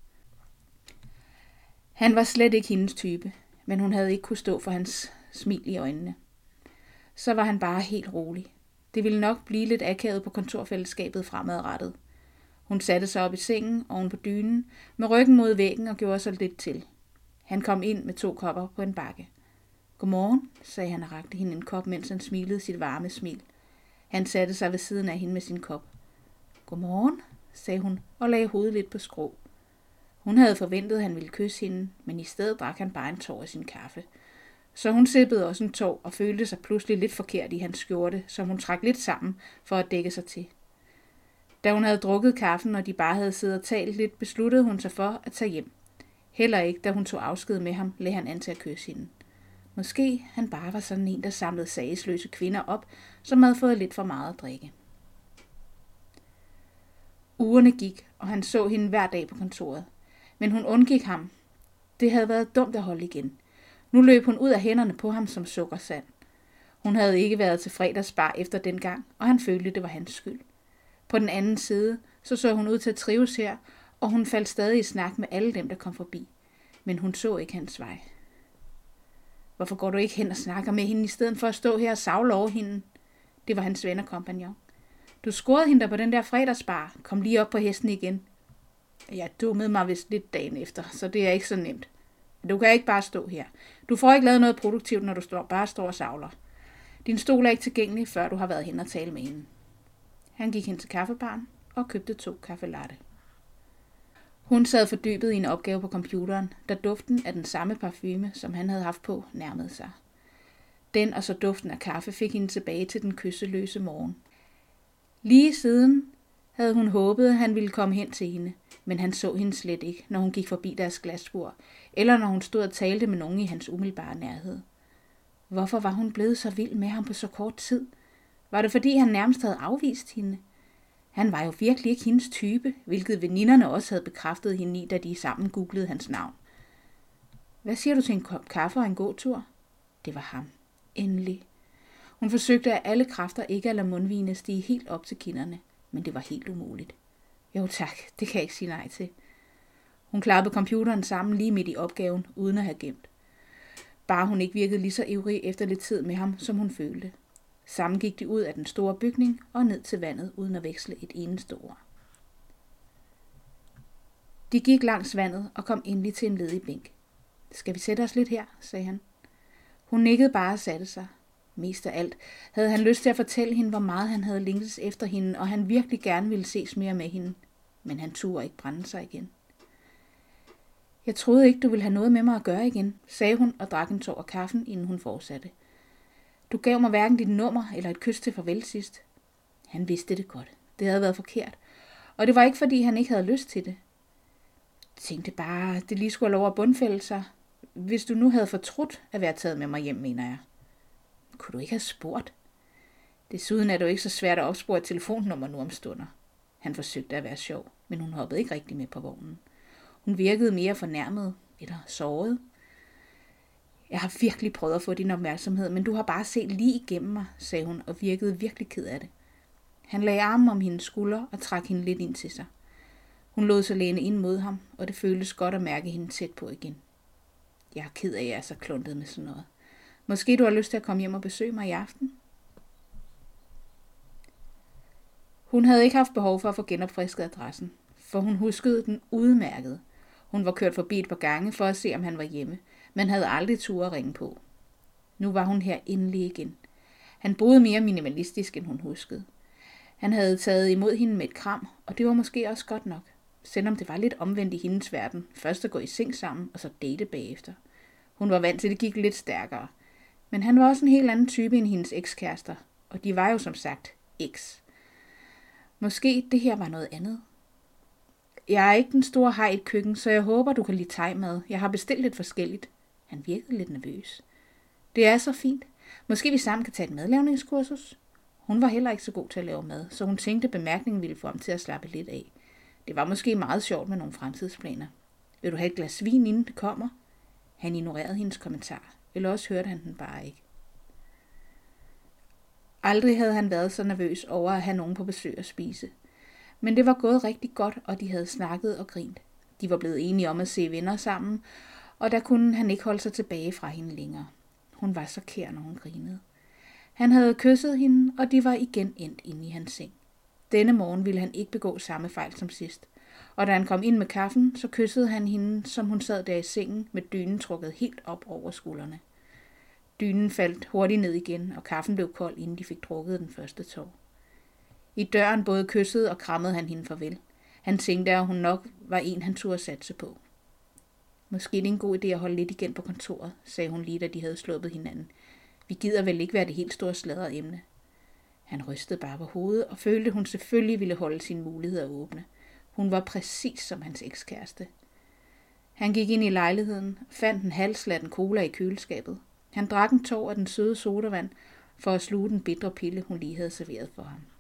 Han var slet ikke hendes type, men hun havde ikke kunne stå for hans smil i øjnene. Så var han bare helt rolig. Det ville nok blive lidt akavet på kontorfællesskabet fremadrettet. Hun satte sig op i sengen oven på dynen, med ryggen mod væggen og gjorde sig lidt til. Han kom ind med 2 kopper på en bakke. Godmorgen, sagde han og rakte hende en kop, mens han smilede sit varme smil. Han satte sig ved siden af hende med sin kop. Godmorgen, sagde hun og lagde hovedet lidt på skrå. Hun havde forventet, at han ville kysse hende, men i stedet drak han bare en tår af sin kaffe. Så hun sippede også en tår og følte sig pludselig lidt forkert i hans skjorte, som hun trak lidt sammen for at dække sig til. Da hun havde drukket kaffen, og de bare havde siddet og talt lidt, besluttede hun sig for at tage hjem. Heller ikke, da hun tog afsked med ham, lagde han an til at kysse hende. Måske han bare var sådan en, der samlede sagesløse kvinder op, som havde fået lidt for meget at drikke. Ugerne gik, og han så hende hver dag på kontoret. Men hun undgik ham. Det havde været dumt at holde igen. Nu løb hun ud af hænderne på ham som sukkersand. Hun havde ikke været til fredagsbar efter den gang, og han følte, det var hans skyld. På den anden side, så hun ud til at trives her, og hun faldt stadig i snak med alle dem, der kom forbi. Men hun så ikke hans vej. Hvorfor går du ikke hen og snakker med hende, i stedet for at stå her og savle over hende? Det var hans ven og kompagnon. Du scorede hende der på den der fredagsbar. Kom lige op på hesten igen. Jeg dummede mig vist lidt dagen efter, så det er ikke så nemt. Du kan ikke bare stå her. Du får ikke lavet noget produktivt, når du bare står og savler. Din stol er ikke tilgængelig, før du har været hen og tale med hende. Han gik hen til kaffebaren og købte 2 kaffe latte. Hun sad fordybet i en opgave på computeren, da duften af den samme parfume, som han havde haft på, nærmede sig. Den og så duften af kaffe fik hende tilbage til den kysseløse morgen. Lige siden havde hun håbet, at han ville komme hen til hende, men han så hende slet ikke, når hun gik forbi deres glasbord, eller når hun stod og talte med nogen i hans umiddelbare nærhed. Hvorfor var hun blevet så vild med ham på så kort tid? Var det fordi, han nærmest havde afvist hende? Han var jo virkelig ikke hendes type, hvilket veninderne også havde bekræftet hende i, da de sammen googlede hans navn. Hvad siger du til en kop kaffe og en god tur? Det var ham. Endelig. Hun forsøgte af alle kræfter ikke at lade mundvigene stige helt op til kinderne, men det var helt umuligt. Jo tak, det kan jeg ikke sige nej til. Hun klappede computeren sammen lige midt i opgaven, uden at have gemt. Bare hun ikke virkede lige så ivrig efter lidt tid med ham, som hun følte. Sammen gik de ud af den store bygning og ned til vandet, uden at veksle et eneste ord. De gik langs vandet og kom endelig til en ledig bænk. Skal vi sætte os lidt her, sagde han. Hun nikkede bare og satte sig. Mest af alt havde han lyst til at fortælle hende, hvor meget han havde længtes efter hende, og han virkelig gerne ville ses mere med hende. Men han turde ikke brænde sig igen. Jeg troede ikke, du ville have noget med mig at gøre igen, sagde hun og drak en tår af kaffen, inden hun fortsatte. Du gav mig hverken dit nummer eller et kys til farvel sidst. Han vidste det godt. Det havde været forkert. Og det var ikke, fordi han ikke havde lyst til det. Jeg tænkte bare, at det lige skulle have lov at bundfælde sig. Hvis du nu havde fortrudt at være taget med mig hjem, mener jeg. Kunne du ikke have spurgt? Desuden er det jo ikke så svært at opspore et telefonnummer nu om stunder. Han forsøgte at være sjov, men hun hoppede ikke rigtig med på vognen. Hun virkede mere fornærmet eller såret. Jeg har virkelig prøvet at få din opmærksomhed, men du har bare set lige igennem mig, sagde hun og virkede virkelig ked af det. Han lagde armen om hendes skulder og trak hende lidt ind til sig. Hun lod sig læne ind mod ham, og det føltes godt at mærke hende tæt på igen. Jeg er ked af, at jeg er så kluntet med sådan noget. Måske du har lyst til at komme hjem og besøge mig i aften? Hun havde ikke haft behov for at få genopfrisket adressen, for hun huskede den udmærket. Hun var kørt forbi et par gange for at se, om han var hjemme, men havde aldrig tur at ringe på. Nu var hun her endelig igen. Han boede mere minimalistisk, end hun huskede. Han havde taget imod hende med et kram, og det var måske også godt nok. Selvom det var lidt omvendt i hendes verden. Først at gå i seng sammen, og så date bagefter. Hun var vant til, at det gik lidt stærkere. Men han var også en helt anden type end hendes ekskærester, og de var jo som sagt eks. Måske det her var noget andet. Jeg er ikke den store haj i et køkken, så jeg håber, du kan lide thai-mad. Jeg har bestilt lidt forskelligt. Han virkede lidt nervøs. Det er så fint. Måske vi sammen kan tage et madlavningskursus? Hun var heller ikke så god til at lave mad, så hun tænkte, bemærkningen ville få ham til at slappe lidt af. Det var måske meget sjovt med nogle fremtidsplaner. Vil du have et glas vin, inden det kommer? Han ignorerede hendes kommentar, eller også hørte han den bare ikke. Aldrig havde han været så nervøs over at have nogen på besøg at spise. Men det var gået rigtig godt, og de havde snakket og grint. De var blevet enige om at se venner sammen, og der kunne han ikke holde sig tilbage fra hende længere. Hun var så kær, når hun grinede. Han havde kysset hende, og de var igen endt inde i hans seng. Denne morgen ville han ikke begå samme fejl som sidst. Og da han kom ind med kaffen, så kyssede han hende, som hun sad der i sengen med dynen trukket helt op over skuldrene. Dynen faldt hurtigt ned igen, og kaffen blev kold, inden de fik drukket den første tår. I døren både kyssede og krammede han hende farvel. Han tænkte, at hun nok var en, han turde satse på. Måske det er en god idé at holde lidt igen på kontoret, sagde hun lige, da de havde sluppet hinanden. Vi gider vel ikke være det helt store sladderemne. Han rystede bare på hovedet og følte, at hun selvfølgelig ville holde sine muligheder åbne. Hun var præcis som hans ekskæreste. Han gik ind i lejligheden, fandt en halvslatten cola i køleskabet. Han drak en tår af den søde sodavand for at sluge den bitre pille, hun lige havde serveret for ham.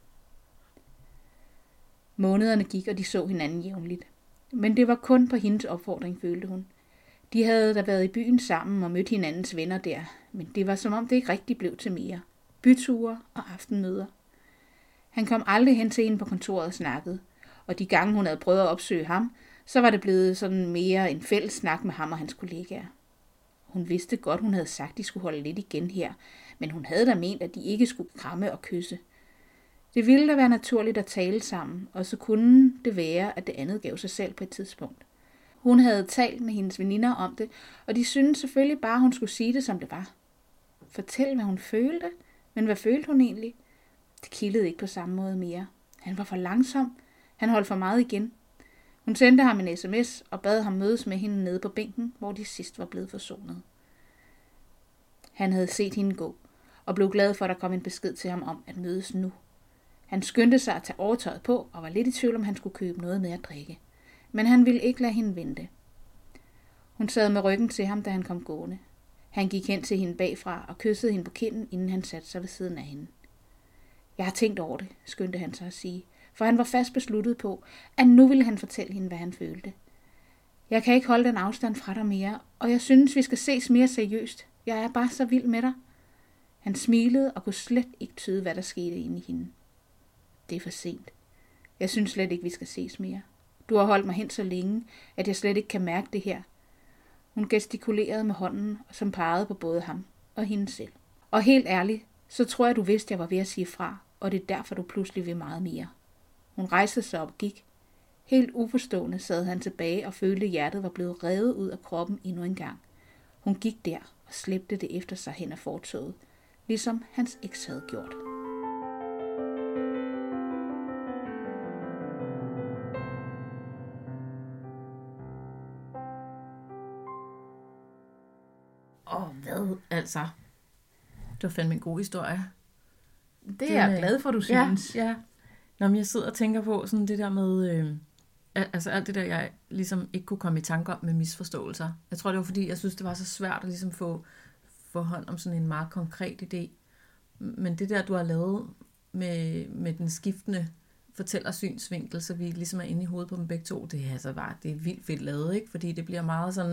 Månederne gik, og de så hinanden jævnligt. Men det var kun på hendes opfordring, følte hun. De havde da været i byen sammen og mødt hinandens venner der, men det var som om det ikke rigtig blev til mere. Byture og aftenmøder. Han kom aldrig hen til hende på kontoret og snakkede, og de gange hun havde prøvet at opsøge ham, så var det blevet sådan mere en fælles snak med ham og hans kollegaer. Hun vidste godt, hun havde sagt, at de skulle holde lidt igen her, men hun havde da ment, at de ikke skulle kramme og kysse. Det ville da være naturligt at tale sammen, og så kunne det være, at det andet gav sig selv på et tidspunkt. Hun havde talt med hendes veninder om det, og de syntes selvfølgelig bare, at hun skulle sige det, som det var. Fortæl, hvad hun følte, men hvad følte hun egentlig? Det kildede ikke på samme måde mere. Han var for langsom. Han holdt for meget igen. Hun sendte ham en sms og bad ham mødes med hende nede på bænken, hvor de sidst var blevet forsonet. Han havde set hende gå, og blev glad for, at der kom en besked til ham om at mødes nu. Han skyndte sig at tage overtøjet på, og var lidt i tvivl, om han skulle købe noget med at drikke. Men han ville ikke lade hende vente. Hun sad med ryggen til ham, da han kom gående. Han gik hen til hende bagfra og kyssede hende på kinden, inden han satte sig ved siden af hende. Jeg har tænkt over det, skyndte han sig at sige, for han var fast besluttet på, at nu ville han fortælle hende, hvad han følte. Jeg kan ikke holde den afstand fra dig mere, og jeg synes, vi skal ses mere seriøst. Jeg er bare så vild med dig. Han smilede og kunne slet ikke tyde, hvad der skete inde i hende. Det er for sent. Jeg synes slet ikke, vi skal ses mere. Du har holdt mig hen så længe, at jeg slet ikke kan mærke det her. Hun gestikulerede med hånden, som pegede på både ham og hende selv. Og helt ærligt, så tror jeg, du vidste, jeg var ved at sige fra, og det er derfor, du pludselig vil meget mere. Hun rejste sig op og gik. Helt uforstående sad han tilbage og følte, at hjertet var blevet revet ud af kroppen endnu en gang. Hun gik der og slæbte det efter sig hen ad fortovet, ligesom hans eks havde gjort. Hvad? Altså, det var fandme en god historie. Det er jeg glad for, du synes. Ja. Når jeg sidder og tænker på sådan det der med, Altså alt det der, jeg ligesom ikke kunne komme i tanke om med misforståelser. Jeg tror, det var fordi, jeg synes, det var så svært at ligesom få hånd om sådan en meget konkret idé. Men det der, du har lavet med den skiftende fortællersynsvinkel, så vi ligesom er inde i hovedet på dem begge to, det er altså bare, det er vildt fedt lavet, ikke? Fordi det bliver meget sådan,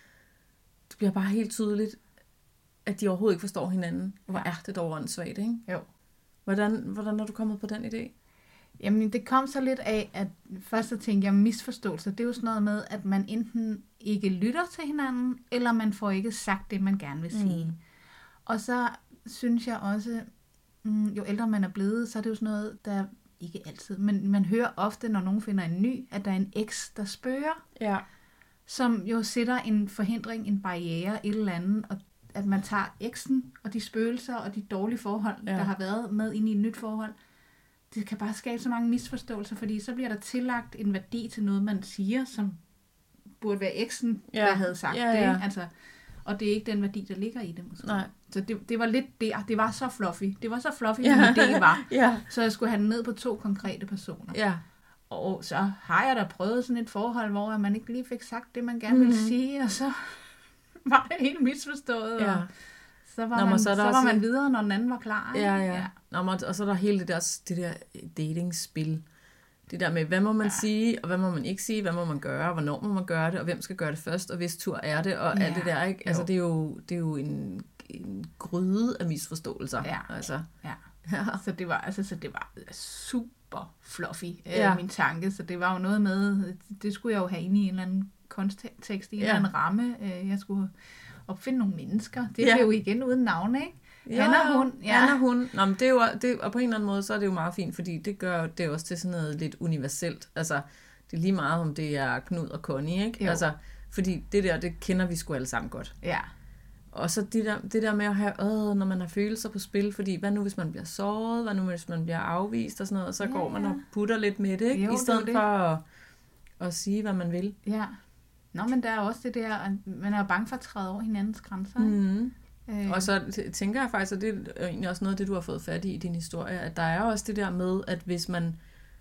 det bliver bare helt tydeligt, at de overhovedet ikke forstår hinanden. Hvor er det dog åndssvagt, ikke? Jo. Hvordan er du kommet på den idé? Jamen, det kom så lidt af, at først så tænkte jeg, misforståelse, det er jo sådan noget med, at man enten ikke lytter til hinanden, eller man får ikke sagt det, man gerne vil sige. Og så synes jeg også, jo ældre man er blevet, så er det jo sådan noget, der ikke altid, men man hører ofte, når nogen finder en ny, at der er en eks, der spørger, som jo sætter en forhindring, en barriere, et eller andet, og at man tager eksen og de spøgelser og de dårlige forhold, der har været med ind i et nyt forhold, det kan bare skabe så mange misforståelser, fordi så bliver der tillagt en værdi til noget, man siger, som burde være eksen, der havde sagt det. Altså, og det er ikke den værdi, der ligger i det, måske. Nej. Så det var lidt det var så fluffy. Det var så fluffy, som det var. Så jeg skulle have den ned på 2 konkrete personer. Ja. Og så har jeg da prøvet sådan et forhold, hvor man ikke lige fik sagt det, man gerne ville sige, og så var det helt misforstået. Ja. Så var man videre, når den anden var klar. Ja. Og så er der hele det der datingspil. Det der med, hvad må man sige, og hvad må man ikke sige, hvad må man gøre, og hvornår må man gøre det, og hvem skal gøre det først, og hvis tur er det, og alt det der, ikke? Altså, det er jo en gryde af misforståelser. Ja. Altså. Ja. Så det var super fluffy, min tanke. Så det var jo noget med, det skulle jeg jo have inde i en eller anden kontekst, i en eller anden ramme. Jeg skulle opfinde nogle mennesker. Det er jo igen uden navn, ikke? Han og hun. Nå, men det er jo, og på en eller anden måde, så er det jo meget fint, fordi det gør det også til sådan noget lidt universelt. Altså, det er lige meget, om det er Knud og Connie, ikke? Jo. Altså, fordi det kender vi sgu alle sammen godt. Ja. Og så det der med at have, når man har følelser på spil, fordi hvad nu, hvis man bliver såret, hvad nu, hvis man bliver afvist og sådan noget, og så går man og putter lidt med det, ikke? Jo, i stedet for at sige, hvad man vil. Ja. Nå, men der er også det der, at man er bange for at træde over hinandens grænser, ikke? Og så tænker jeg faktisk, at det er egentlig også noget af det, du har fået fat i din historie, at der er også det der med, at hvis man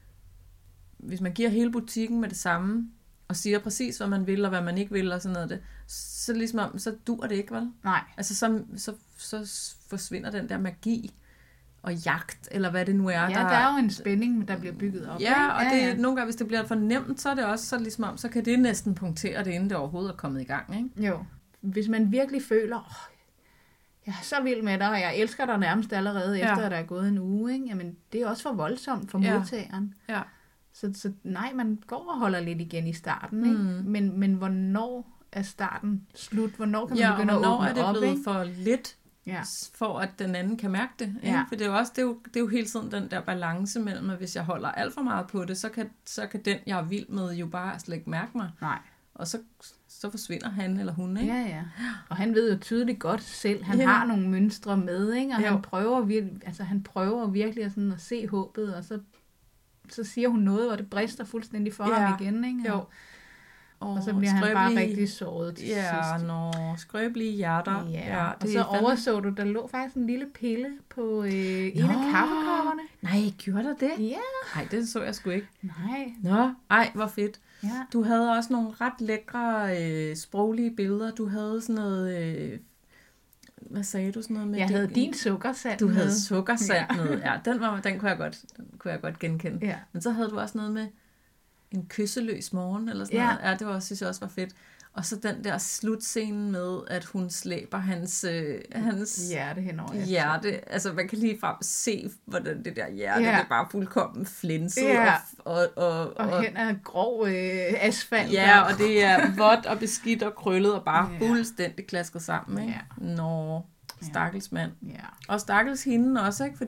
giver hele butikken med det samme, og siger præcis, hvad man vil, og hvad man ikke vil, og sådan noget, så ligesom, så dur det ikke, vel? Nej. Altså, så forsvinder den der magi og jagt, eller hvad det nu er. Ja, der er jo en spænding, der bliver bygget op. Ja, og det, nogle gange, hvis det bliver for nemt, så er det også så ligesom, så kan det næsten punktere det, inden det overhovedet er kommet i gang, ikke? Jo. Hvis man virkelig føler, jeg er så vild med dig, og jeg elsker dig nærmest allerede, efter at der er gået en uge, ikke? Jamen, det er også for voldsomt for modtageren. Ja. Så nej, man går og holder lidt igen i starten, ikke? Men hvornår er starten slut? Hvornår kan man begynde at åbne op? Ja, hvornår er det blevet for lidt, for at den anden kan mærke det? Ikke? Ja. For det er jo hele tiden den der balance mellem, at hvis jeg holder alt for meget på det, så kan den, jeg er vild med, jo bare slet ikke mærke mig. Nej. Og så forsvinder han eller hun, ikke? Ja. Og han ved jo tydeligt godt selv, han har nogle mønstre med, ikke? Og han prøver virkelig at se håbet, og så siger hun noget, hvor det brister fuldstændig for ham igen, ikke? Jo. Og så bliver han bare rigtig såret til sidst. Skrøbelige hjerter. Ja. Og så overså du, der lå faktisk en lille pille på en af kaffekopperne. Nej, gjorde der det? Ja. Nej, det så jeg sgu ikke. Nej. Ej, hvor fedt. Ja. Du havde også nogle ret lækre sproglige billeder. Du havde sådan noget... hvad sagde du sådan noget med? Jeg havde din sukkersand. Du havde sukkersand med. Ja, den kunne jeg godt genkende. Ja. Men så havde du også noget med en kysseløs morgen, eller sådan noget. Ja, det var, synes jeg også var fedt. Og så den der slutscene med, at hun slæber hans hjerte henover. Hjerte. Altså, man kan lige frem se, hvordan det der hjerte, det er bare fuldkommen flænset. Ja. Og hen er grov asfalt. Ja, og det er vådt og beskidt og krøllet og bare fuldstændig klasket sammen. Ikke? Ja. Nå, stakkels mand. Ja. Og stakkels hende også, ikke?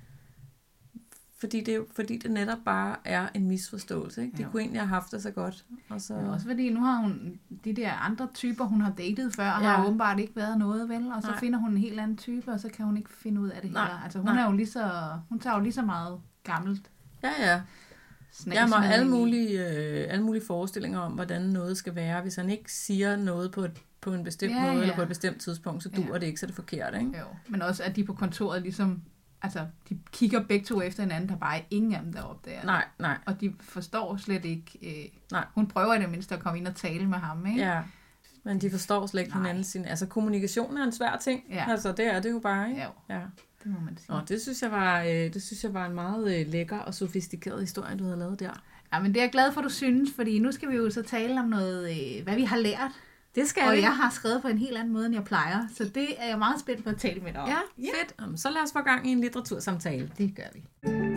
Fordi det netop bare er en misforståelse. Ikke? De kunne egentlig have haft det så godt. Og så... Ja, også fordi nu har hun de der andre typer, hun har datet før, har åbenbart ikke været noget, vel? Og så finder hun en helt anden type, og så kan hun ikke finde ud af det heller. Altså hun er jo hun tager jo lige så meget gammelt. Ja. Jeg har alle mulige forestillinger om, hvordan noget skal være. Hvis han ikke siger noget på en bestemt måde, eller på et bestemt tidspunkt, så duer det ikke, så er det forkert, ikke? Jo, men også at de på kontoret ligesom Altså, de kigger begge to efter hinanden, der bare er ingen af dem, der opdager det. Nej. Og de forstår slet ikke... Nej. Hun prøver i det mindste at komme ind og tale med ham, ikke? Ja, men de forstår slet ikke hinanden. Altså, kommunikation er en svær ting. Ja. Altså, det er det jo bare, ikke? Jo, ja. Det må man sige. Og det synes jeg var en meget lækker og sofistikeret historie, du havde lavet der. Ja, men det er jeg glad for, du synes, fordi nu skal vi jo så tale om noget, hvad vi har lært. Det skal og vi. Jeg har skrevet på en helt anden måde, end jeg plejer, så det er jeg meget spændt på at tale med dig om. Ja, fedt. Så lad os få gang i en litteratursamtale. Det gør vi.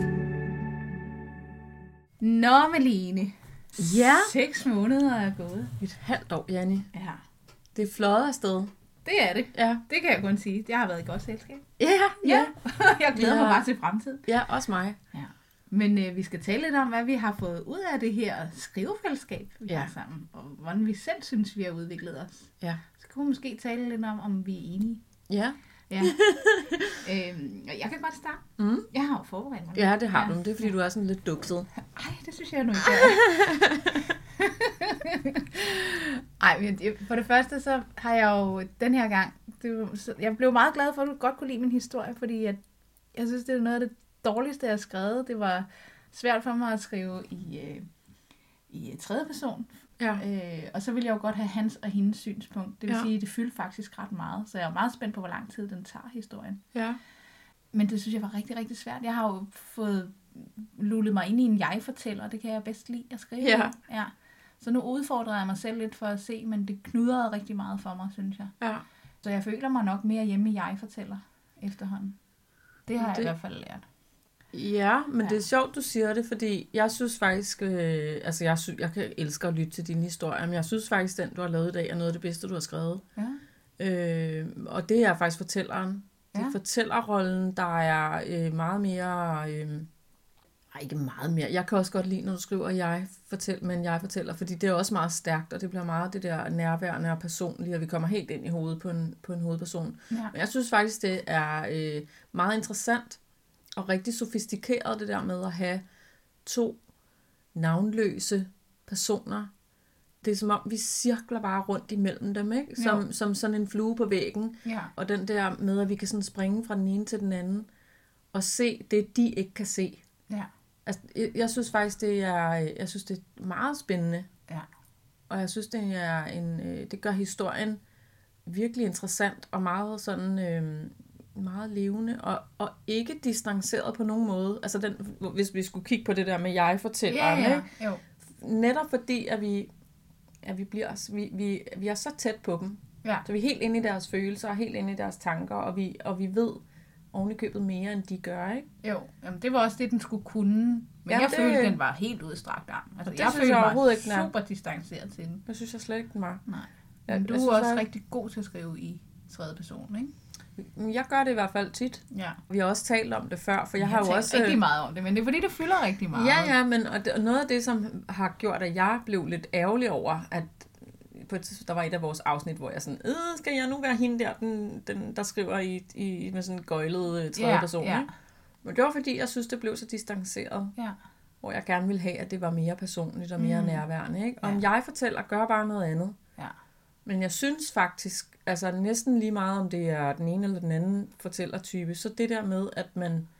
Nå, Malene. Ja. 6 måneder er gået. Et halvt år, Janni. Ja. Det er fløjet afsted. Det er det. Ja. Det kan jeg kun sige. Det har været et godt selskab. Ja. Jeg glæder mig bare til fremtiden. Ja, også mig. Ja. Men vi skal tale lidt om, hvad vi har fået ud af det her skrivefællesskab, vi har sammen. Og hvordan vi selv synes, vi har udviklet os. Ja. Så kan vi måske tale lidt om vi er enige. Ja. Ja. Jeg kan godt starte. Jeg har jo forberedt mig. Ja, det har du. Det er, fordi du er sådan lidt dukset. Ej, det synes jeg nu ikke. Ej, men for det første, så har jeg jo den her gang... Jeg blev meget glad for, at du godt kunne lide min historie, fordi jeg synes, det er noget af det dårligste, jeg har skrevet. Det var svært for mig at skrive i tredje person. Ja. Og så ville jeg jo godt have hans og hendes synspunkt. Det vil sige, at det fyldte faktisk ret meget. Så jeg er meget spændt på, hvor lang tid den tager, historien. Ja. Men det synes jeg var rigtig, rigtig svært. Jeg har jo fået lullet mig ind i en jeg-fortæller. Det kan jeg bedst lide at skrive. Ja. Så nu udfordrer jeg mig selv lidt for at se, men det knudrede rigtig meget for mig, synes jeg. Ja. Så jeg føler mig nok mere hjemme i jeg-fortæller efterhånden. Det har jeg i hvert fald lært. Ja, men det er sjovt, du siger det, fordi jeg synes faktisk, jeg kan elske at lytte til dine historier, men jeg synes faktisk, den, du har lavet i dag, er noget af det bedste, du har skrevet. Ja. Og det er faktisk fortælleren. Det er fortællerrollen, der er meget mere... ikke meget mere. Jeg kan også godt lide, når du skriver jeg fortæller, fordi det er også meget stærkt, og det bliver meget det der nærværende og personlige, og vi kommer helt ind i hovedet på en hovedperson. Ja. Men jeg synes faktisk, det er meget interessant og rigtig sofistikeret, det der med at have 2 navnløse personer. Det er som om, vi cirkler bare rundt imellem dem, ikke? Som sådan en flue på væggen. Ja. Og den der med, at vi kan sådan springe fra den ene til den anden, og se det, de ikke kan se. Ja. Altså, jeg synes faktisk, det er meget spændende. Ja. Og jeg synes, det gør historien virkelig interessant, og meget sådan... meget levende, og ikke distanceret på nogen måde. Altså hvis vi skulle kigge på det der med jeg-fortælleren, ikke? Netop fordi, at vi er så tæt på dem. Ja. Så vi er helt inde i deres følelser, og helt inde i deres tanker, og vi ved ovenikøbet mere, end de gør, ikke? Jo, jamen, det var også det, den skulle kunne. Men jeg følte, den var helt udstrakt arm. Altså, jeg følte mig super distanceret til den. Det synes jeg slet ikke, den var. Nej. Men du er også rigtig god til at skrive i tredje person, ikke? Jeg gør det i hvert fald tit. Ja. Vi har også talt om det før, for jeg har jo også... rigtig meget om det, men det er fordi, det fylder rigtig meget. Ja, men og noget af det, som har gjort, at jeg blev lidt ærgerlig over, at der var et af vores afsnit, hvor jeg sådan, skal jeg nu være hende der, den der skriver i med sådan en gøjlet tredje person, ikke? Men det var fordi, jeg synes, det blev så distanceret. Ja. Hvor jeg gerne ville have, at det var mere personligt og mere nærværende, ikke? Og en jeg-fortæller gør bare noget andet. Ja. Men jeg synes faktisk, altså næsten lige meget, om det er den ene eller den anden fortællertype, så det der med, at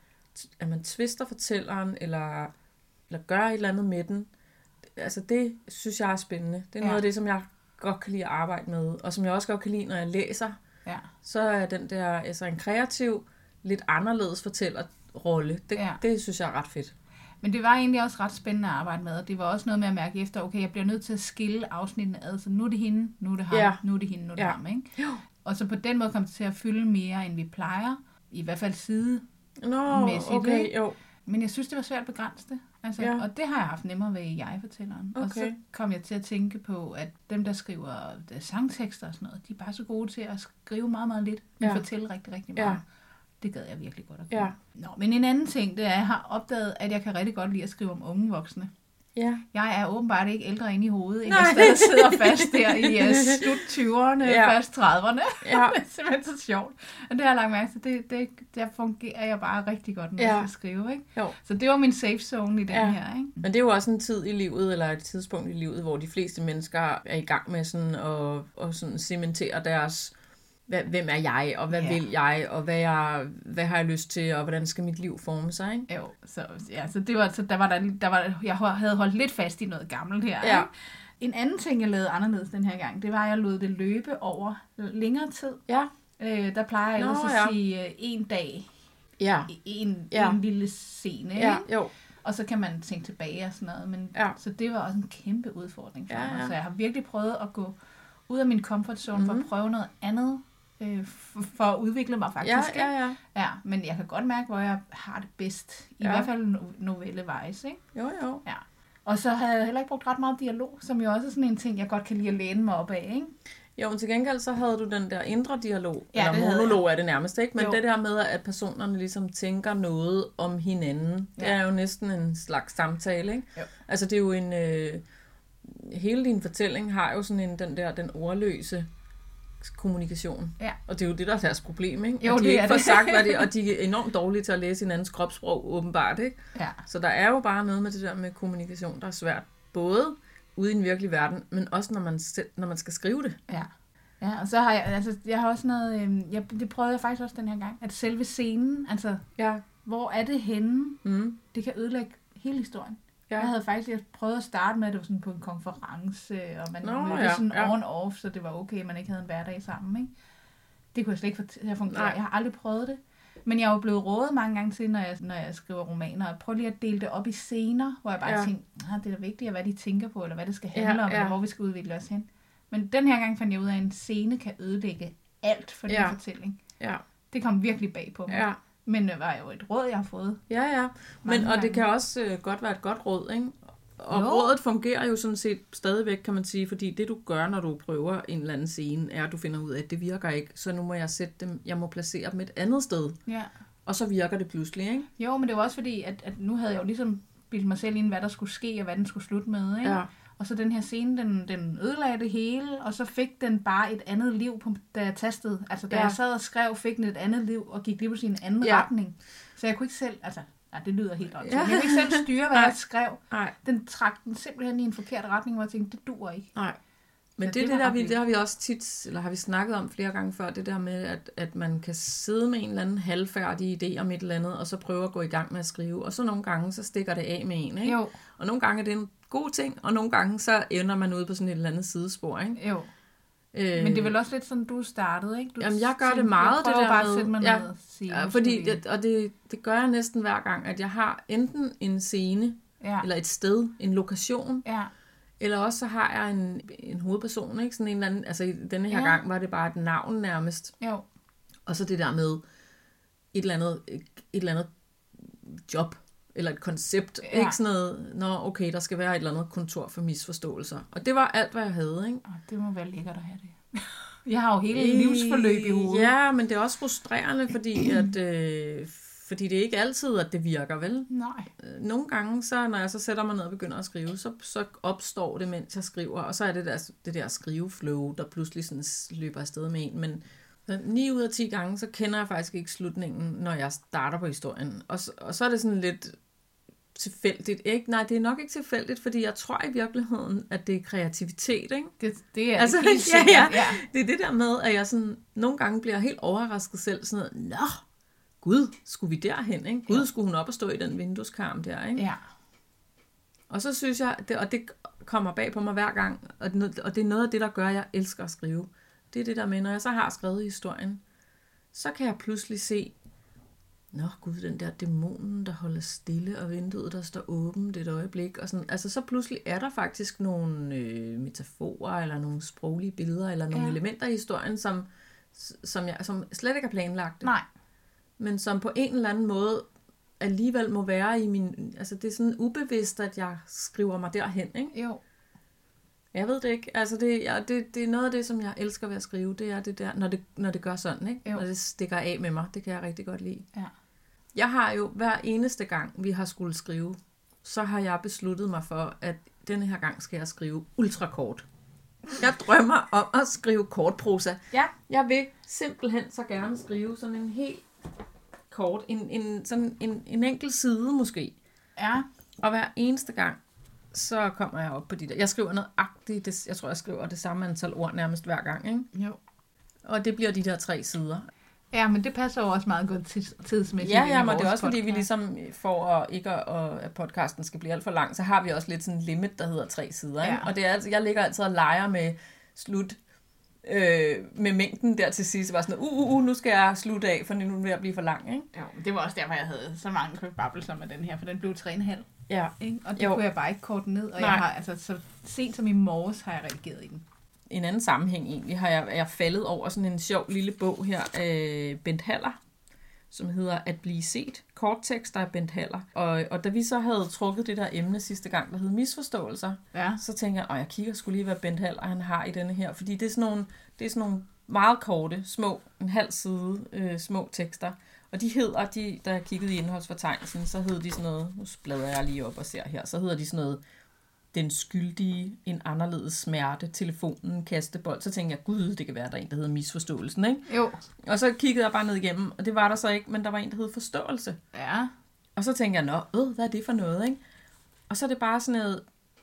man twister fortælleren, eller gør et eller andet med den, altså det synes jeg er spændende. Det er noget af det, som jeg godt kan lide at arbejde med, og som jeg også godt kan lide, når jeg læser. Ja. Så er den der, altså en kreativ, lidt anderledes fortællerrolle, det synes jeg er ret fedt. Men det var egentlig også ret spændende at arbejde med, og det var også noget med at mærke efter, okay, jeg bliver nødt til at skille afsnittene ad, så nu er det hende, nu er det ham, nu er det hende, nu er det ham, ikke? Jo. Og så på den måde kom det til at fylde mere, end vi plejer, i hvert fald sidemæssigt. Okay, jo. Men jeg synes, det var svært at begrænse det, altså, og det har jeg haft nemmere ved i jeg-fortælleren. Okay. Og så kom jeg til at tænke på, at dem, der skriver sangtekster og sådan noget, de er bare så gode til at skrive meget, meget lidt, men fortælle rigtig, rigtig meget. Ja. Det gad jeg virkelig godt at gøre. Ja. Nå, men en anden ting, det er, at jeg har opdaget, at jeg kan rigtig godt lide at skrive om unge voksne. Ja. Jeg er åbenbart ikke ældre inde i hovedet, end jeg stadig sidder fast der i slut 20'erne, først 30'erne. Ja. Det er simpelthen så sjovt. Og det har jeg lagt mærke til, der fungerer jeg bare rigtig godt, når jeg skal skrive. Ikke? Jo. Så det var min safe zone i den her. Ikke? Men det er jo også en tid i livet, eller et tidspunkt i livet, hvor de fleste mennesker er i gang med sådan at sådan cementere deres hvem er jeg, og hvad vil jeg, og hvad har jeg lyst til, og hvordan skal mit liv forme sig, ikke? Jo, så det var, jeg havde holdt lidt fast i noget gammelt her, Ja. ikke? En anden ting, jeg lavede anderledes den her gang, det var, at jeg lod det løbe over længere tid. Ja. Der plejer jeg ellers at sige en dag, en lille scene, Ja, ikke? jo. Og så kan man tænke tilbage og sådan noget. Men, så det var også en kæmpe udfordring for mig. Så jeg har virkelig prøvet at gå ud af min comfort zone for at prøve noget andet, for at udvikle mig faktisk. Ja, men jeg kan godt mærke, hvor jeg har det bedst. I hvert fald novellevejs, ikke? Jo. Ja. Og så havde jeg heller ikke brugt ret meget dialog, som jo også er sådan en ting, jeg godt kan lide at læne mig op af, ikke? Jo, men til gengæld så havde du den der indre dialog, eller monolog er det nærmest, ikke? Men det der med, at personerne ligesom tænker noget om hinanden, det er jo næsten en slags samtale, ikke? Jo. Altså det er jo en... hele din fortælling har jo sådan den ordløse kommunikation. Ja. Og det er jo det, der er deres problem, ikke? Jo, at de det ikke er får det. sagt, hvad det, og de er enormt dårlige til at læse hinandens kropssprog, åbenbart, ikke? Ja. Så der er jo bare noget med det der med kommunikation, der er svært. Både ude i den virkelige verden, men også når man skal skrive det. Ja, og så har jeg har også noget, det prøvede jeg faktisk også den her gang, at selve scenen, altså, hvor er det henne, det kan ødelægge hele historien. Ja. Jeg havde faktisk prøvet at starte med, at det var sådan på en konference, og man mødte sådan on-off, så det var okay, at man ikke havde en hverdag sammen, ikke? Det kunne jeg slet ikke få til at fungere. Jeg har aldrig prøvet det. Men jeg er jo blevet rådet mange gange til, når jeg skriver romaner, at prøve lige at dele det op i scener, hvor jeg bare tænkte, det er da vigtigt, hvad de tænker på, eller hvad det skal handle om, eller hvor vi skal udvikle os hen. Men den her gang fandt jeg ud af, at en scene kan ødelægge alt for din fortælling. Ja. Det kom virkelig bag på mig. Ja. Men det var jo et råd, jeg har fået. Ja. Og det kan også godt være et godt råd, ikke? Og rådet fungerer jo sådan set stadigvæk, kan man sige, fordi det du gør, når du prøver en eller anden scene, er, at du finder ud af, at det virker ikke, så nu må jeg må placere dem et andet sted. Ja. Og så virker det pludselig, ikke? Jo, men det var også fordi, at nu havde jeg jo ligesom bildt mig selv ind, hvad der skulle ske, og hvad den skulle slutte med, ikke? Ja. Og så den her scene, den ødelagde det hele, og så fik den bare et andet liv, da jeg tastede. Altså, da jeg sad og skrev, fik den et andet liv, og gik lige pludselig i en anden retning. Så jeg kunne ikke selv, det lyder helt åndssvagt. Jeg kunne ikke selv styre, hvad jeg skrev. Nej. Den trak den simpelthen i en forkert retning, hvor jeg tænkte, det duer ikke. Nej. Men det har vi også tit, eller har vi snakket om flere gange før, det der med, at man kan sidde med en eller anden halvfærdig idé om et eller andet, og så prøve at gå i gang med at skrive, og så nogle gange, så stikker det af med en, ikke? Jo. Og nogle gange er det en god ting, og nogle gange, så ender man ude på sådan et eller andet sidespor, ikke? Jo. Men det er vel også lidt sådan, du startede, ikke? Jamen, jeg gør det meget, det der bare med... At sætte mig ned og sige, fordi, det gør jeg næsten hver gang, at jeg har enten en scene, eller et sted, en lokation, eller også så har jeg en hovedperson, ikke? Sådan en eller anden, altså i denne her gang var det bare et navn nærmest. Jo. Og så det der med et eller andet job, eller et koncept, ikke sådan noget, okay, der skal være et eller andet kontor for misforståelser. Og det var alt, hvad jeg havde, ikke? Det må være lækkert at have det. Jeg har jo hele livsforløb i hovedet. Ja, men det er også frustrerende, fordi det er ikke altid, at det virker, vel? Nej. Nogle gange, så når jeg så sætter mig ned og begynder at skrive, så opstår det, mens jeg skriver, og så er det der skriveflow, der pludselig sådan løber afsted med en, men 9 ud af 10 gange, så kender jeg faktisk ikke slutningen, når jeg starter på historien. Og så er det sådan lidt tilfældigt, ikke? Nej, det er nok ikke tilfældigt, fordi jeg tror i virkeligheden, at det er kreativitet, ikke? Det er altså, helt sikkert, ja. Det er det der med, at jeg sådan nogle gange bliver helt overrasket selv, sådan noget, Gud, skulle vi derhen, ikke? Gud, skulle hun op og stå i den vindueskarm der, ikke? Ja. Og så synes jeg, det kommer bag på mig hver gang, og det er noget af det, der gør, at jeg elsker at skrive. Det er det der med, når jeg så har skrevet historien, så kan jeg pludselig se, Gud, den der dæmonen, der holder stille, og vinduet, der står åbent et øjeblik, og sådan. Altså, så pludselig er der faktisk nogle metaforer, eller nogle sproglige billeder, eller nogle elementer i historien, som slet ikke er planlagt. Nej. Men som på en eller anden måde alligevel må være i min... Altså, det er sådan ubevidst, at jeg skriver mig derhen, ikke? Jo. Jeg ved det ikke. Altså, det er noget af det, som jeg elsker ved at skrive. Det er det der, når det gør sådan, ikke? Jo. Når det stikker af med mig. Det kan jeg rigtig godt lide. Ja. Jeg har jo hver eneste gang, vi har skulle skrive, så har jeg besluttet mig for, at denne her gang skal jeg skrive ultrakort. Jeg drømmer om at skrive kortprosa. Ja. Jeg vil simpelthen så gerne skrive sådan en helt kort, en enkelt side måske. Ja. Og hver eneste gang, så kommer jeg op på de der. Jeg skriver noget agtigt. Jeg tror, jeg skriver det samme antal ord nærmest hver gang, ikke? Jo. Og det bliver de der 3 sider. Ja, men det passer jo også meget godt tidsmæssigt. Ja, men det er også fordi, vi ligesom for at podcasten skal blive alt for lang, så har vi også lidt sådan en limit, der hedder 3 sider. Ikke? Ja. Og det er altså, jeg ligger altid og leger med slut med mængden der til sidst. Det var sådan, nu skal jeg slutte af, for nu er jeg blive for lang. Ikke? Jo, det var også derfor, jeg havde så mange købbabelser med den her, for den blev 3,5. Ja. Ikke? Og det kunne jeg bare ikke korte ned, og jeg har, altså, så sent som i morges har jeg redigeret i den. En anden sammenhæng egentlig, er jeg faldet over sådan en sjov lille bog her af Bent Haller, som hedder At blive set. Korttekster af Bent Haller. Og da vi så havde trukket det der emne sidste gang, der hed misforståelser, så tænker jeg, jeg kigger skulle lige, hvad Bent Haller han har i denne her, fordi det er sådan nogle meget korte, små, en halv side små tekster. Og de hedder, da jeg kiggede i indholdsfortegnelsen, så hed de sådan noget, nu bladrer jeg lige op og ser her, så hedder de sådan noget, den skyldige, en anderledes smerte, telefonen, kastebold. Så tænkte jeg, gud, det kan være, der er en, der hedder misforståelsen, ikke? Jo. Og så kiggede jeg bare ned igennem, og det var der så ikke, men der var en, der hed forståelse. Ja. Og så tænkte jeg, hvad er det for noget, ikke? Og så er det bare sådan noget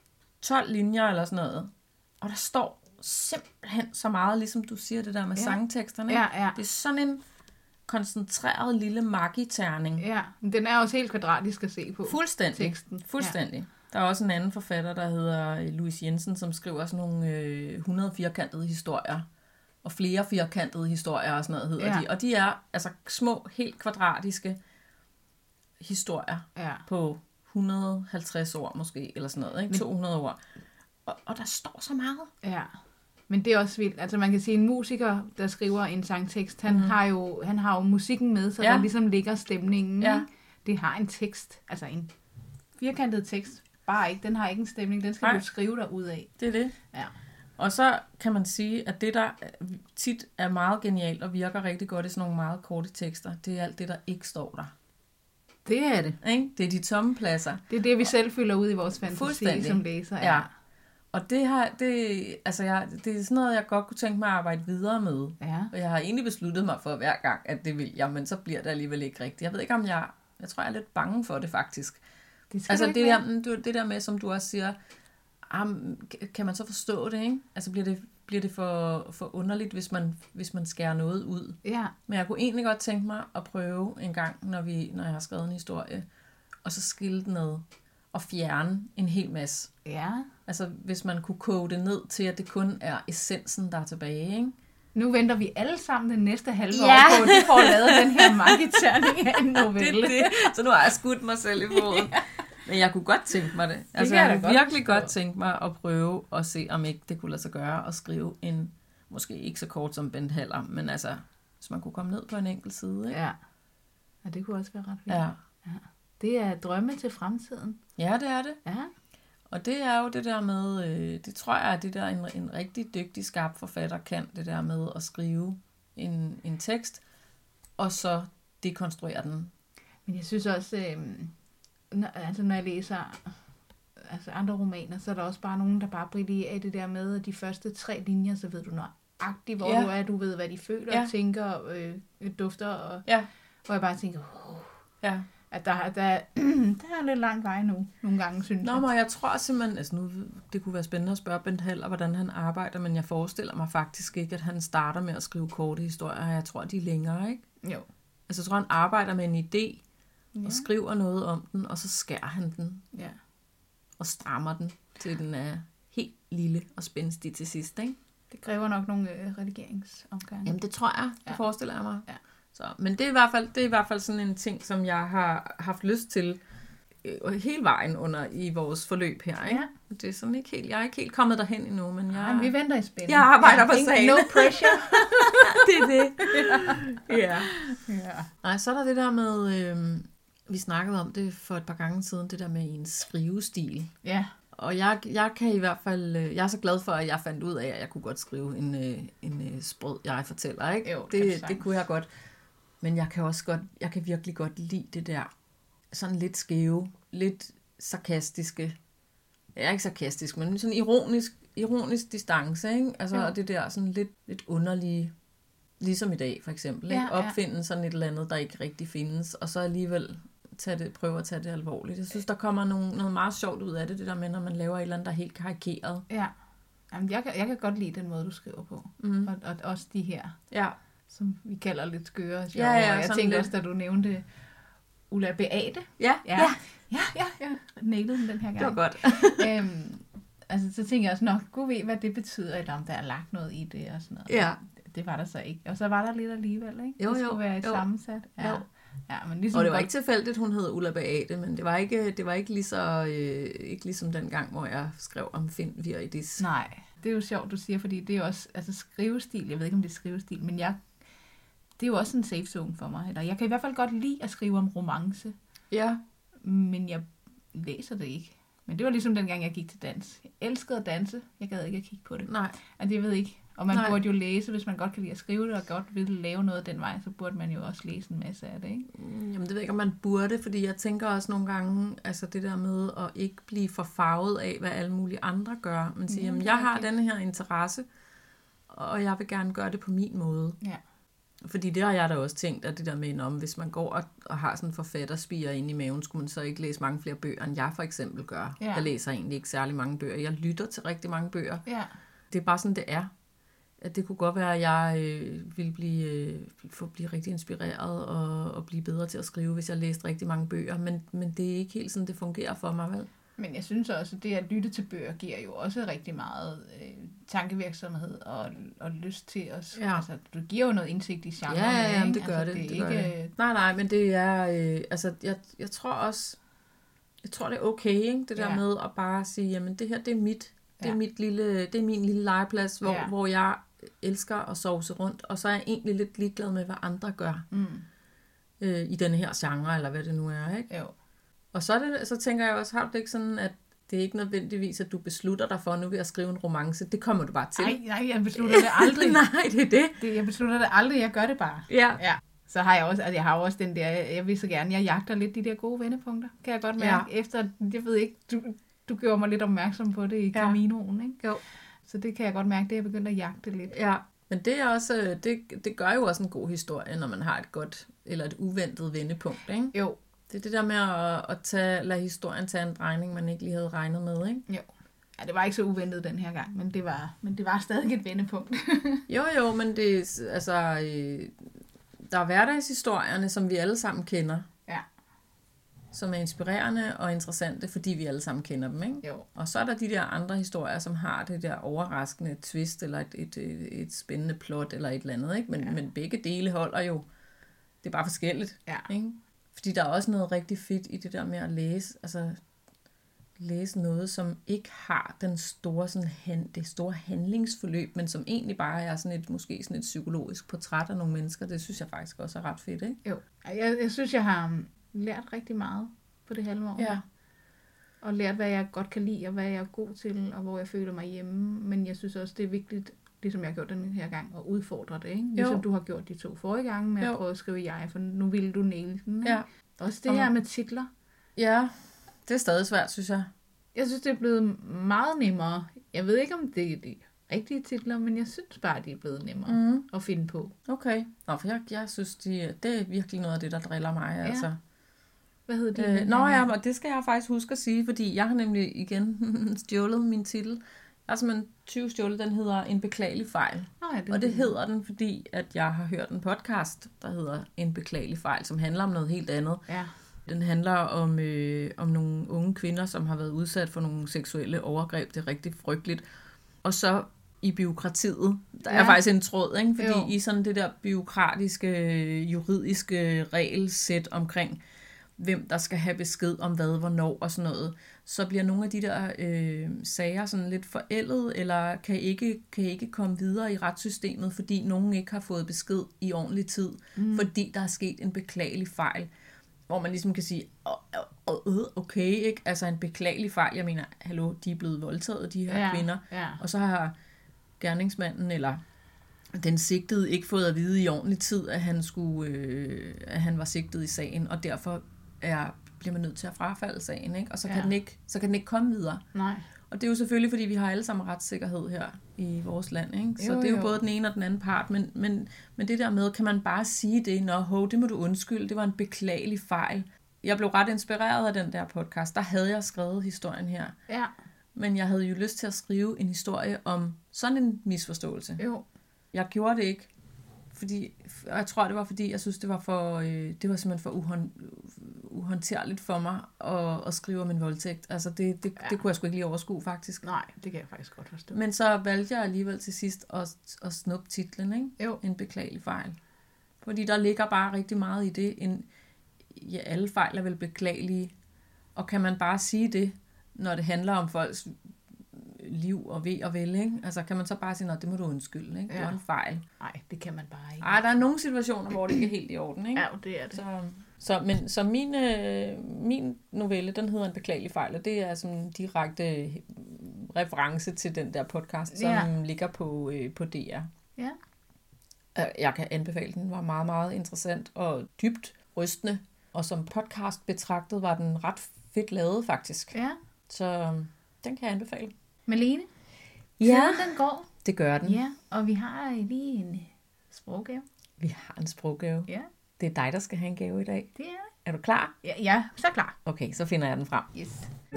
12 linjer eller sådan noget. Og der står simpelthen så meget, ligesom du siger det der med sangteksterne. Ja. Det er sådan en koncentreret lille magiterning. Ja, men den er også helt kvadratisk at se på. Fuldstændig. Ja. Der er også en anden forfatter, der hedder Louis Jensen, som skriver sådan nogle 100 firkantede historier. Og flere firkantede historier og sådan noget hedder de. Og de er altså små, helt kvadratiske historier på 150 ord måske, eller sådan noget, ikke? 200 ord. Og der står så meget. Ja. Men det er også vildt. Altså man kan sige, en musiker, der skriver en sangtekst, han har jo musikken med, så der ligesom ligger stemningen. Ja. Det har en tekst, altså en firkantet tekst, bare ikke. Den har ikke en stemning, den skal du skrive dig ud af. Det er det. Ja. Og så kan man sige, at det, der tit er meget genialt og virker rigtig godt i sådan nogle meget korte tekster, det er alt det, der ikke står der. Det er det. Ikke? Det er de tomme pladser. Det er det, vi selv fylder ud i vores fantasi som læser. Ja. Og det er sådan noget, jeg godt kunne tænke mig at arbejde videre med. Ja. Og jeg har egentlig besluttet mig for hver gang, at det vil jeg, men så bliver det alligevel ikke rigtigt. Jeg ved ikke, om jeg tror, jeg er lidt bange for det faktisk. Altså det der med, som du også siger, kan man så forstå det, ikke? Altså bliver det for underligt, hvis man skærer noget ud. Ja. Men jeg kunne egentlig godt tænke mig at prøve en gang, når jeg har skrevet en historie, og så skille den ned og fjerne en hel masse. Ja. Altså hvis man kunne koge det ned til, at det kun er essensen, der er tilbage, ikke? Nu venter vi alle sammen den næste halve år på, at du får lavet den her magiterning af en novelle. Det. Så nu har jeg skudt mig selv i foden. Ja. Men jeg kunne godt tænke mig det. Altså jeg kunne virkelig godt tænke mig at prøve at se, om ikke det kunne lade sig gøre at skrive en, måske ikke så kort som Bent Haller, men altså, hvis man kunne komme ned på en enkelt side. Ikke? Ja, det kunne også være ret fint. Ja. Det er drømme til fremtiden. Ja, det er det. Ja. Og det er jo det der med, det tror jeg er det der en rigtig dygtig, skarp forfatter kan, det der med at skrive en tekst, og så dekonstruere den. Men jeg synes også, når jeg læser andre romaner, så er der også bare nogen, der bare brillerer af det der med, at de første 3 linjer, så ved du nøjagtigt, hvor du er, du ved, hvad de føler, tænker, dufter, og hvor jeg bare tænker, at der er lidt lang vej nu, nogle gange, synes jeg. Men jeg tror simpelthen, altså nu, det kunne være spændende at spørge Bent Haller, hvordan han arbejder, men jeg forestiller mig faktisk ikke, at han starter med at skrive korte historier, jeg tror, de er længere, ikke? Jo. Altså jeg tror, han arbejder med en idé, og skriver noget om den, og så skærer han den, og strammer den, til den er helt lille og spændstig til sidst, ikke? Det kræver nok nogle redigeringsomgange. Jamen det tror jeg, det forestiller jeg mig. Ja. Så, men det er i hvert fald sådan en ting, som jeg har haft lyst til hele vejen i vores forløb her. Ikke? Ja. Det er sådan ikke helt, jeg er ikke helt kommet derhen endnu, men vi venter i spænding. Jeg arbejder på sagen. No pressure. Det er det. Ja. Nej, så er der det der med, vi snakkede om det for et par gange siden, det der med en skrivestil. Ja. Og jeg kan i hvert fald, jeg er så glad for, at jeg fandt ud af, at jeg kunne godt skrive en sprød jeg-fortæller, ikke? Jo, det kunne jeg godt. Men jeg kan virkelig godt lide det der, sådan lidt skæve, lidt sarkastiske, ikke sarkastisk, men sådan ironisk distance, ikke? Altså og det der sådan lidt underlige, ligesom i dag for eksempel, ikke? Opfinde sådan et eller andet, der ikke rigtig findes, og så alligevel prøve at tage det alvorligt. Jeg synes, der kommer noget meget sjovt ud af det der med, når man laver et eller andet, der er helt karikeret. Ja. Jamen, jeg kan godt lide den måde, du skriver på. Og også de her, som vi kalder lidt skøre. Ja, jeg tænkte lidt. også, da du nævnte Ulla Beate. Ja. Nailede den her gang. Det var godt. Altså, så tænkte jeg også, Gud ved, hvad det betyder, eller om der er lagt noget i det og sådan noget. Ja. Det var der så ikke. Og så var der lidt alligevel, ikke? Det skulle være et sammensat. Ja. Jo. Ja, men ligesom og det var ikke tilfældigt, hun hed Ulla Beate, men det var ikke lige så ikke ligesom den gang, hvor jeg skrev om Finn Viridis. Nej, det er jo sjovt, du siger, fordi det er jo også, altså skrivestil, jeg ved ikke, om det er skrivestil, men det er jo også en safe zone for mig. Eller jeg kan i hvert fald godt lide at skrive om romance. Ja. Men jeg læser det ikke. Men det var ligesom dengang, jeg gik til dans. Jeg elskede at danse. Jeg gad ikke at kigge på det. Nej. Altså, jeg ved ikke. Og man burde jo læse, hvis man godt kan lide at skrive det, og godt vil lave noget den vej, så burde man jo også læse en masse af det, ikke? Jamen, det ved jeg ikke, om man burde, fordi jeg tænker også nogle gange, altså det der med at ikke blive for farvet af, hvad alle mulige andre gør. Man siger, jamen, jeg har denne her interesse, og jeg vil gerne gøre det på min måde. Ja. Fordi det har jeg da også tænkt, at det der med, om hvis man går og har sådan en forfatterspirer inde i maven, skulle man så ikke læse mange flere bøger, end jeg for eksempel gør. Ja. Jeg læser egentlig ikke særlig mange bøger. Jeg lytter til rigtig mange bøger. Ja. Det er bare sådan, det er. At det kunne godt være, at jeg ville blive rigtig inspireret og blive bedre til at skrive, hvis jeg læste rigtig mange bøger. Men det er ikke helt sådan, det fungerer for mig, vel? Men jeg synes også, at det at lytte til bøger giver jo også rigtig meget tankevirksomhed og lyst til os. Ja. Altså, du giver jo noget indsigt i genren. Ja, det gør altså, det. Nej, men det er... altså, jeg tror også... Jeg tror, det er okay, ikke? Det der med at bare sige, jamen det her, det er mit. Det er min lille legeplads, hvor jeg elsker at sovse rundt, og så er jeg egentlig lidt ligeglad med, hvad andre gør i denne her genre, eller hvad det nu er, ikke? Jo. Og så tænker jeg også, har du det ikke sådan, at det er ikke nødvendigvis, at du beslutter dig for, nu vil jeg skrive en romance. Det kommer du bare til. Nej, jeg beslutter det aldrig. Nej, det er det. Jeg beslutter det aldrig, jeg gør det bare. Ja. Så har jeg også, jeg har også den der, jeg vil så gerne, jeg jagter lidt de der gode vendepunkter. Kan jeg godt mærke, efter, jeg ved ikke, du gjorde mig lidt opmærksom på det i Caminoen, ikke? Jo. Så det kan jeg godt mærke, det er jeg begyndt at jagte lidt. Ja, men det er også, det gør jo også en god historie, når man har et godt, eller et uventet vendepunkt, ikke? Jo. Det er det der med at lade historien tage en drejning, man ikke lige havde regnet med, ikke? Jo. Ja, det var ikke så uventet den her gang, men det var stadig et vendepunkt. jo, men det altså, der er hverdagshistorierne, som vi alle sammen kender. Ja. Som er inspirerende og interessante, fordi vi alle sammen kender dem, ikke? Jo. Og så er der de der andre historier, som har det der overraskende twist, eller et spændende plot, eller et eller andet, ikke? Men begge dele holder jo, det er bare forskelligt, ikke? Fordi der er også noget rigtig fedt i det der med at læse noget, som ikke har den store, det store handlingsforløb, men som egentlig bare er måske sådan et psykologisk portræt af nogle mennesker. Det synes jeg faktisk også er ret fedt, ikke? Jo. Jeg synes, jeg har lært rigtig meget på det halve år. Ja. Og lært, hvad jeg godt kan lide, og hvad jeg er god til, og hvor jeg føler mig hjemme. Men jeg synes også, det er vigtigt, ligesom jeg har gjort den her gang, at udfordre det, ikke? Ligesom du har gjort de 2 forrige gange med at prøve at skrive jeg, for nu ville du næle den, ikke? Ja. Også det her med titler. Ja, det er stadig svært, synes jeg. Jeg synes, det er blevet meget nemmere. Jeg ved ikke, om det er de rigtige titler, men jeg synes bare, de er blevet nemmere at finde på. Okay. Nå, for jeg synes, det er virkelig noget af det, der driller mig, altså. Hvad hedder det? Og det skal jeg faktisk huske at sige, fordi jeg har nemlig igen stjålet min titel. Jeg har simpelthen stjålet, den hedder En beklagelig fejl. Og det hedder den, fordi at jeg har hørt en podcast, der hedder En beklagelig fejl, som handler om noget helt andet. Ja. Den handler om nogle unge kvinder, som har været udsat for nogle seksuelle overgreb. Det er rigtig frygteligt. Og så i bureaukratiet, der er faktisk en tråd, ikke? Fordi i sådan det der bureaukratiske, juridiske regelsæt omkring, hvem der skal have besked om hvad, hvornår og sådan noget, så bliver nogle af de der sager sådan lidt forældet, eller kan ikke komme videre i retssystemet, fordi nogen ikke har fået besked i ordentlig tid, fordi der er sket en beklagelig fejl, hvor man ligesom kan sige, okay, ikke? Altså en beklagelig fejl, jeg mener, hallo, de er blevet voldtaget, de her kvinder, og så har gerningsmanden, eller den sigtede ikke fået at vide i ordentlig tid, at han var sigtet i sagen, og derfor bliver man nødt til at frafalde sagen, ikke? Og så kan den ikke komme videre. Nej. Og det er jo selvfølgelig, fordi vi har alle sammen retssikkerhed her i vores land, ikke? Så det er jo både den ene og den anden part, men det der med, kan man bare sige det, det må du undskylde, det var en beklagelig fejl. Jeg blev ret inspireret af den der podcast, der havde jeg skrevet historien her. Ja. men jeg havde jo lyst til at skrive en historie om sådan en misforståelse. Jo. Jeg gjorde det ikke, og jeg tror, det var fordi, jeg synes, det var simpelthen for uhåndterligt for mig at skrive om en voldtægt. Altså, det kunne jeg sgu ikke lige overskue, faktisk. Nej, det kan jeg faktisk godt forstå. Men så valgte jeg alligevel til sidst at snuppe titlen, ikke? Jo. En beklagelig fejl. Fordi der ligger bare rigtig meget i det. Alle fejl er vel beklagelige. Og kan man bare sige det, når det handler om folks liv og ve og vel, ikke? Altså kan man så bare sige, det må du undskylde, ikke? Det var en fejl. Nej, det kan man bare ikke. Der er nogle situationer, hvor det ikke er helt i orden, ikke? Ja, det er det. Så min novelle, den hedder En beklagelig fejl, og det er sådan en direkte reference til den der podcast, som ligger på DR. Ja. Jeg kan anbefale den, var meget, meget interessant og dybt rystende, og som podcast betragtet var den ret fedt lavet, faktisk. Ja. Så den kan jeg anbefale. Malene? Ja, den går. Det gør den. Ja, og vi har lige en sproggave. Vi har en sproggave. Ja. Det er dig, der skal have en gave i dag. Det er det. Er du klar? Ja, så klar. Okay, så finder jeg den frem. Yes.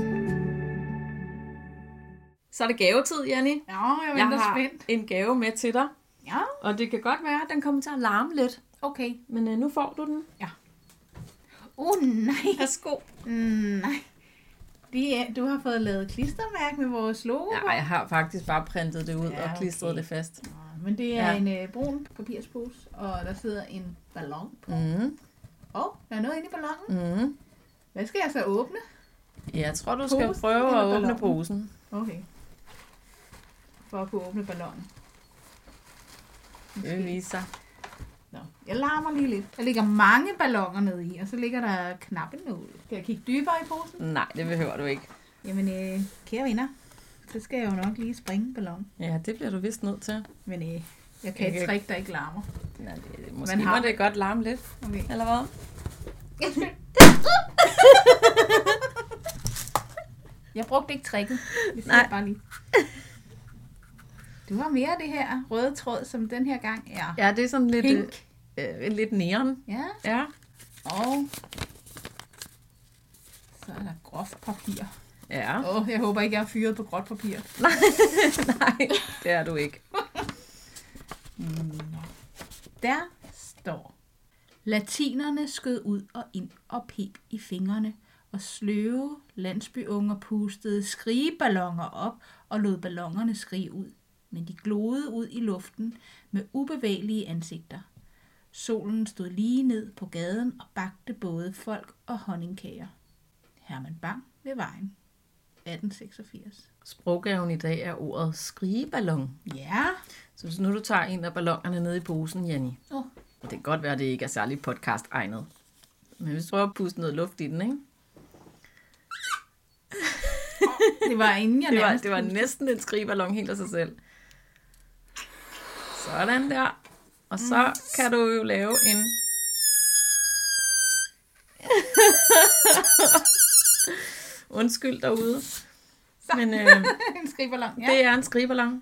Så er det gavetid, Jenny. Ja, jeg har spændt. en gave med til dig. Ja. Og det kan godt være, at den kommer til at larme lidt. Okay. Men nu får du den. Ja. Nej. Værsgo. Nej. Du har fået lavet klistermærke med vores logo. Ja, jeg har faktisk bare printet det ud og klistret okay. det fast. Men det er en brun papirspose, og der sidder en ballon på. Der er noget inde i ballonen. Hvad skal jeg så åbne? Jeg tror, du skal prøve at åbne posen. Okay. For at kunne åbne ballonen. Det vil vise sig. Nå, jeg larmer lige lidt. Der ligger mange balloner nede i, og så ligger der knappenål. Skal jeg kigge dybere i posen? Nej, det behøver du ikke. Jamen, kære venner, så skal jeg jo nok lige springe ballon. Ja, det bliver du vist nødt til. Men jeg kan et trick, der ikke larmer. Nej, måske må det godt larme lidt. Okay. Eller hvad? Jeg brugte ikke tricket. Det Nej. bare lige. Du har mere af det her røde tråd, som den her gang er. Ja, det er sådan lidt, pink. Lidt neon. Ja. Og så er der groft papir. Ja. Jeg håber ikke, jeg har fyret på gråt papir. Nej, det er du ikke. Der står: Latinerne skød ud og ind og pep i fingrene, og sløve landsbyunger pustede skrigeballoner op og lod ballonerne skrige ud. Men de glodede ud i luften med ubevægelige ansigter. Solen stod lige ned på gaden og bagte både folk og honningkager. Herman Bang ved vejen. 1886. Sproggaven i dag er ordet skrigeballon. Ja. Så hvis nu du tager en af ballonerne ned i posen, Jenny. Det kan godt være, at det ikke er særlig podcast-egnet. Men hvis du prøver at puste noget luft i den, ikke? Det var inden jeg det var næsten en skrigeballon helt af sig selv. Sådan der. Og så kan du jo lave en... Undskyld derude. Men, en skrigeballon, ja. Det er en skrigeballon.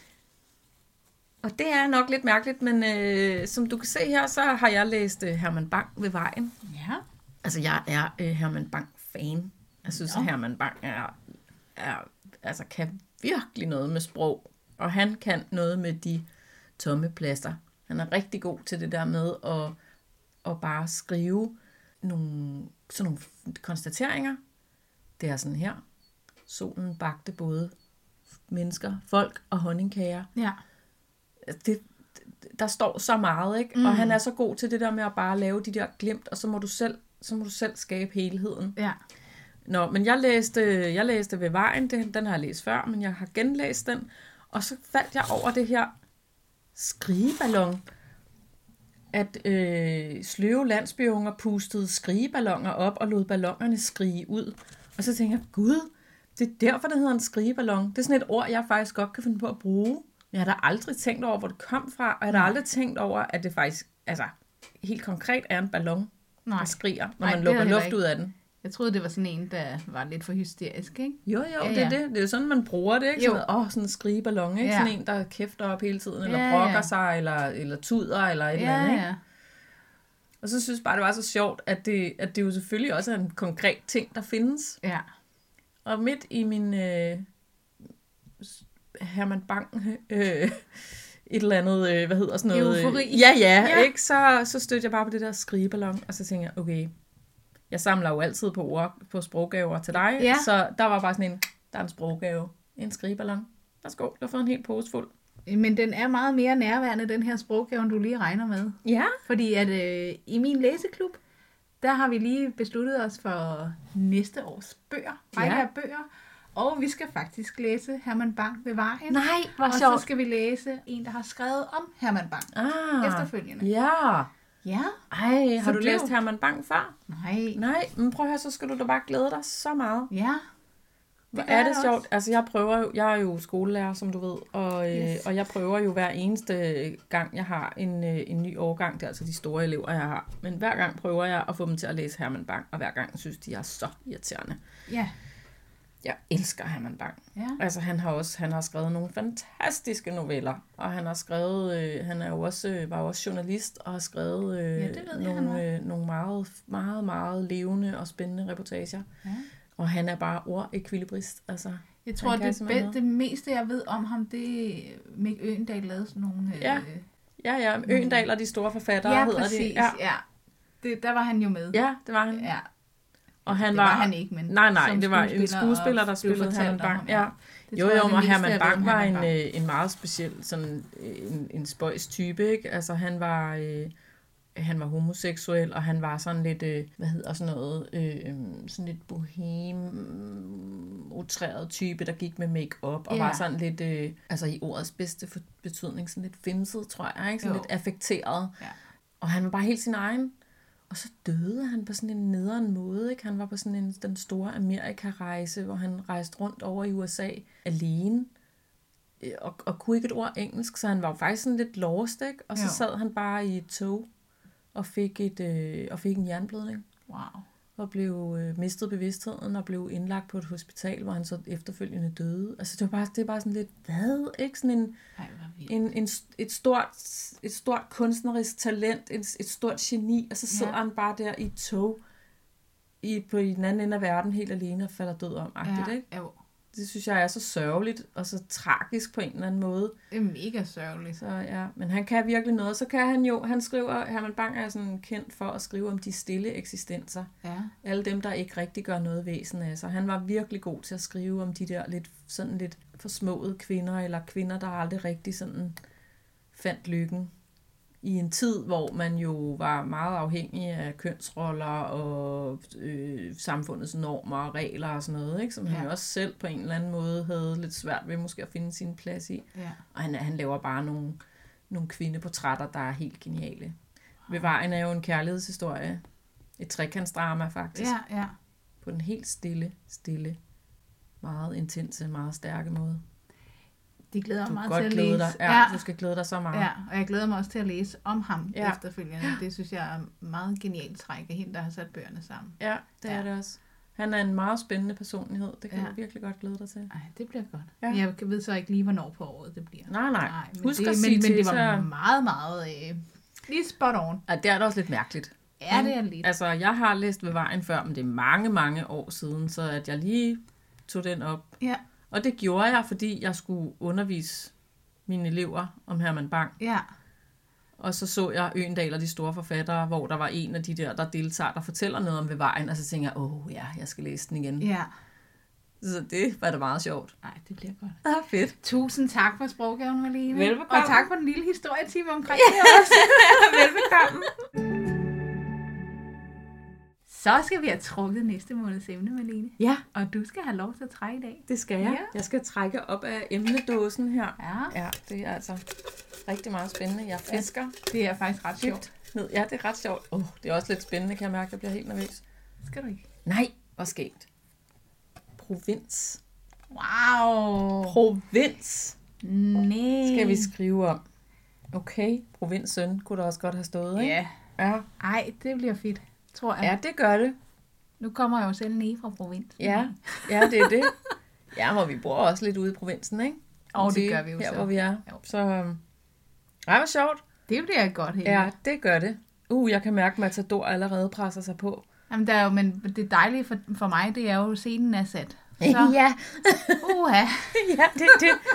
Og det er nok lidt mærkeligt, men som du kan se her, så har jeg læst Herman Bang ved vejen. Ja. Altså, jeg er Herman Bang-fan. Jeg synes, at Herman Bang kan virkelig noget med sprog. Og han kan noget med de tomme pladser. Han er rigtig god til det der med at bare skrive sådan nogle konstateringer. Det er sådan her. Solen bagte både mennesker, folk og honningkager. Ja. Der står så meget, ikke? Og han er så god til det der med at bare lave de der glimt, og så må du selv skabe helheden. Ja. Nå, men jeg læste ved vejen, den har jeg læst før, men jeg har genlæst den, og så faldt jeg over det her skrigeballon, at sløve landsbyunger pustede skrigeballoner op og lod ballonerne skrige ud. Og så tænker jeg, gud, det er derfor, det hedder en skrigeballon. Det er sådan et ord, jeg faktisk godt kan finde på at bruge. Jeg har da aldrig tænkt over, hvor det kom fra, og jeg har da aldrig tænkt over, at det faktisk, helt konkret er en ballon, der skriger, når man lukker luft ud af den. Jeg troede, det var sådan en, der var lidt for hysterisk, ikke? Jo, det er det. Det er jo sådan, man bruger det, ikke? Sådan en skrigeballon, ikke? Ja. Sådan en, der kæfter op hele tiden, eller brokker sig, eller tuder, eller et eller andet, ikke? Ja. Og så synes jeg bare, det var så sjovt, at det jo selvfølgelig også er en konkret ting, der findes. Ja. Og midt i min Herman Bang, et eller andet, hvad hedder sådan noget? Eufori. Ja. Ikke? Så stødte jeg bare på det der skrigeballon, og så tænkte jeg, okay, jeg samler jo altid på ord, på sproggaver til dig, så der var bare sådan der er en sproggave, en skrigeballon. Værsgo, du har fået en helt pose fuld. Men den er meget mere nærværende, den her sproggave, du lige regner med. Ja. Fordi at i min læseklub, der har vi lige besluttet os for næste års bøger, række af bøger. Og vi skal faktisk læse Herman Bang ved vejen. Nej, hvor sjovt. Og så skal vi læse en, der har skrevet om Herman Bang efterfølgende. Ja. Ja. Ej, har du læst Herman Bang før? Nej, men prøv at høre, så skal du da bare glæde dig så meget. Ja. Hvor er det sjovt. Også. Altså jeg er jo skolelærer, som du ved, og jeg prøver jo hver eneste gang, jeg har en ny årgang, det er altså de store elever, jeg har. Men hver gang prøver jeg at få dem til at læse Herman Bang, og hver gang synes de er så irriterende. Ja. Jeg elsker Herman Bang. Ja. Altså han har skrevet nogle fantastiske noveller, og han har skrevet, han er jo også, var også journalist, og har skrevet nogle meget, meget, meget levende og spændende reportager. Ja. Og han er bare ordekvilibrist. Altså, jeg tror, det meste, jeg ved om ham, det er Mick Øgendahl lavede sådan nogle... Ja. Øgendahl og de store forfattere hedder præcis. de. Ja, der var han jo med. Ja, det var han. Ja. Og han det var han ikke, men... Nej, det var en skuespiller, der spillede Herman Bang. Ja. Jo, og Herman Bang var en meget speciel, sådan en spøjs type, ikke? Altså, han var homoseksuel, og han var sådan lidt, sådan lidt outreret type, der gik med make-up, og var sådan lidt, altså i ordets bedste betydning, sådan lidt femset, tror jeg, ikke? Sådan lidt affekteret. Ja. Og han var bare helt sin egen. Og så døde han på sådan en nederen måde, ikke? Han var på sådan den store Amerika-rejse, hvor han rejste rundt over i USA alene, og kunne ikke et ord engelsk, så han var jo faktisk sådan lidt lost, ikke? Og så sad han bare i et tog, og fik en jernblødning. Wow. Og blev mistet bevidstheden, og blev indlagt på et hospital, hvor han så efterfølgende døde. Altså det er bare sådan lidt, hvad? Ikke? Sådan et stort kunstnerisk talent, et stort geni, og så sidder han bare der i et tog, på i den anden ende af verden, helt alene, og falder død om-agtigt, ikke? Jo. Det synes jeg er så sørgeligt, og så tragisk på en eller anden måde. Det er mega sørgeligt. Så ja, men han kan virkelig noget. Så kan han jo, Herman Bang er sådan kendt for at skrive om de stille eksistenser. Ja. Alle dem, der ikke rigtig gør noget væsen af sig. Han var virkelig god til at skrive om de der lidt forsmåede kvinder, eller kvinder, der aldrig rigtig sådan fandt lykken. I en tid, hvor man jo var meget afhængig af kønsroller og samfundets normer og regler og sådan noget, ikke? Som han jo også selv på en eller anden måde havde lidt svært ved måske at finde sin plads i. Ja. Og han laver bare nogle kvindeportrætter, der er helt geniale. Ved vejen er jo en kærlighedshistorie. Et trekantsdrama faktisk. Ja, ja. På den helt stille, meget intense, meget stærke måde. De glæder mig meget til at læse. Du skal glæde dig så meget. Ja, og jeg glæder mig også til at læse om ham efterfølgende. Det synes jeg er meget genialt træk af hende, der har sat bøgerne sammen. Ja, det er det også. Han er en meget spændende personlighed. Det kan du virkelig godt glæde dig til. Nej, det bliver godt. Ja. Jeg ved så ikke lige, hvornår på året det bliver. Nej. Husk at sige men det var meget, meget lige spot on. Ja, det er da også lidt mærkeligt. Ja, det er lidt. Altså, jeg har læst Ved vejen før, men det er mange, mange år siden, så at jeg lige tog den op. Ja. Og det gjorde jeg, fordi jeg skulle undervise mine elever om Herman Bang. Ja. Og så jeg Øgendahl og de store forfattere, hvor der var en af de der deltager, der fortæller noget om Ved vejen, og så tænker jeg, jeg skal læse den igen. Ja. Så det var da meget sjovt. Nej, det bliver godt. Ja, fedt. Tusind tak for sproggaven, Malene. Velbekomme. Og tak for den lille historietime omkring det også. Velbekomme. Så skal vi have trukket næste måneds emne, Malene. Ja. Og du skal have lov til at trække i dag. Det skal jeg. Ja. Jeg skal trække op af emnedåsen her. Ja, det er altså rigtig meget spændende. Jeg fisker. Ja, det er faktisk ret sjovt. Ja, det er ret sjovt. Det er også lidt spændende, kan jeg mærke. Jeg bliver helt nervøs. Skal du ikke? Nej, hvor skægt. Provins. Wow. Provins. Nej. Skal vi skrive om. Okay, provinssøn kunne der også godt have stået, ikke? Ja. Ej, det bliver fedt, tror jeg. Ja, det gør det. Nu kommer jeg jo selv nede fra provins. Ja, det er det. Ja, hvor vi bor også lidt ude i provinsen, ikke? Og det gør vi jo her, hvor vi er. Jo. Så, hvor sjovt. Det bliver godt helt. Ja, det gør det. Jeg kan mærke, at Matador allerede presser sig på. Jamen, men det dejlige for mig, det er jo, scenen er sat. Så. Ja. Ja, det.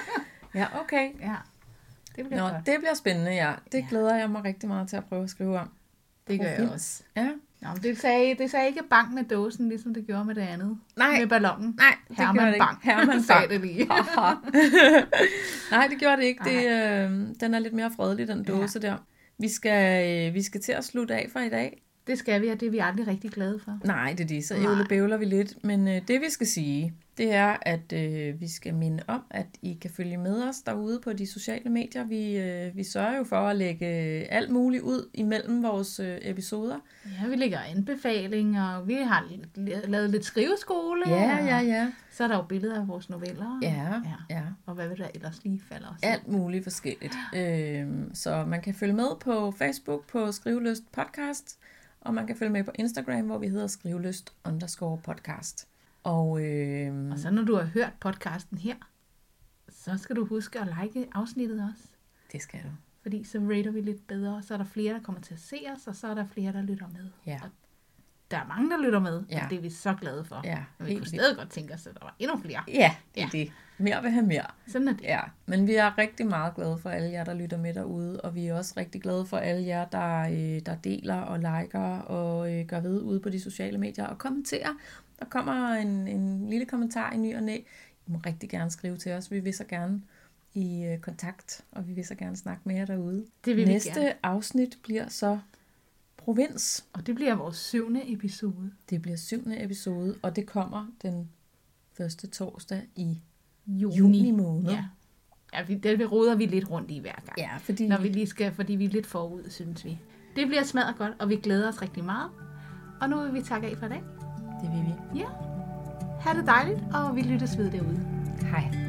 Ja, okay. Ja, det bliver godt. Det bliver spændende, ja. Det glæder jeg mig rigtig meget til at prøve at skrive om. Det gør jeg også. Ja. Nå, men det sagde ikke bang med dåsen, ligesom det gjorde med det andet. Nej. Med ballonen. Nej, det Herman gjorde det ikke. Bang. Herman sagde Bang. det lige. Nej, det gjorde det ikke. Den er lidt mere fredelig, den dåse der. Vi skal til at slutte af for i dag. Det skal vi, og det er vi aldrig rigtig glade for. Nej, det er det. Så ævlebævler vi lidt. Men det vi skal sige, det er, at vi skal minde om, at I kan følge med os derude på de sociale medier. Vi sørger jo for at lægge alt muligt ud imellem vores episoder. Ja, vi lægger anbefalinger, og vi har lavet lidt skriveskole. Ja. Så er der jo billeder af vores noveller. Ja. Og hvad vil der ellers lige falde os? Alt muligt forskelligt. Så man kan følge med på Facebook på Skrivelyst Podcast, og man kan følge med på Instagram, hvor vi hedder skrivelyst_podcast. Og så når du har hørt podcasten her, så skal du huske at like afsnittet også. Det skal du. Fordi så rater vi lidt bedre, og så er der flere, der kommer til at se os, og så er der flere, der lytter med. Ja. Og der er mange, der lytter med, og det er vi så glade for. Ja, men vi kunne stadig godt tænke os, at der var endnu flere. Ja, det er det. Mere vil have mere. Sådan er det. Ja, men vi er rigtig meget glade for alle jer, der lytter med derude, og vi er også rigtig glade for alle jer, der deler og liker og gør ved ude på de sociale medier og kommenterer. Der kommer en lille kommentar i ny og næ. I må rigtig gerne skrive til os. Vi vil så gerne i kontakt, og vi vil så gerne snakke med jer derude. Det vil Næste afsnit bliver så provins. Og det bliver vores 7. episode. Det bliver 7. episode, og det kommer den første torsdag i juni måned. Ja, det roder vi lidt rundt i hver gang. Ja, fordi vi er lidt forud, synes vi. Det bliver smadret godt, og vi glæder os rigtig meget. Og nu vil vi takke af for i dag. Det vil vi. Ja. Ha' det dejligt, og vi lyttes ved derude. Hej.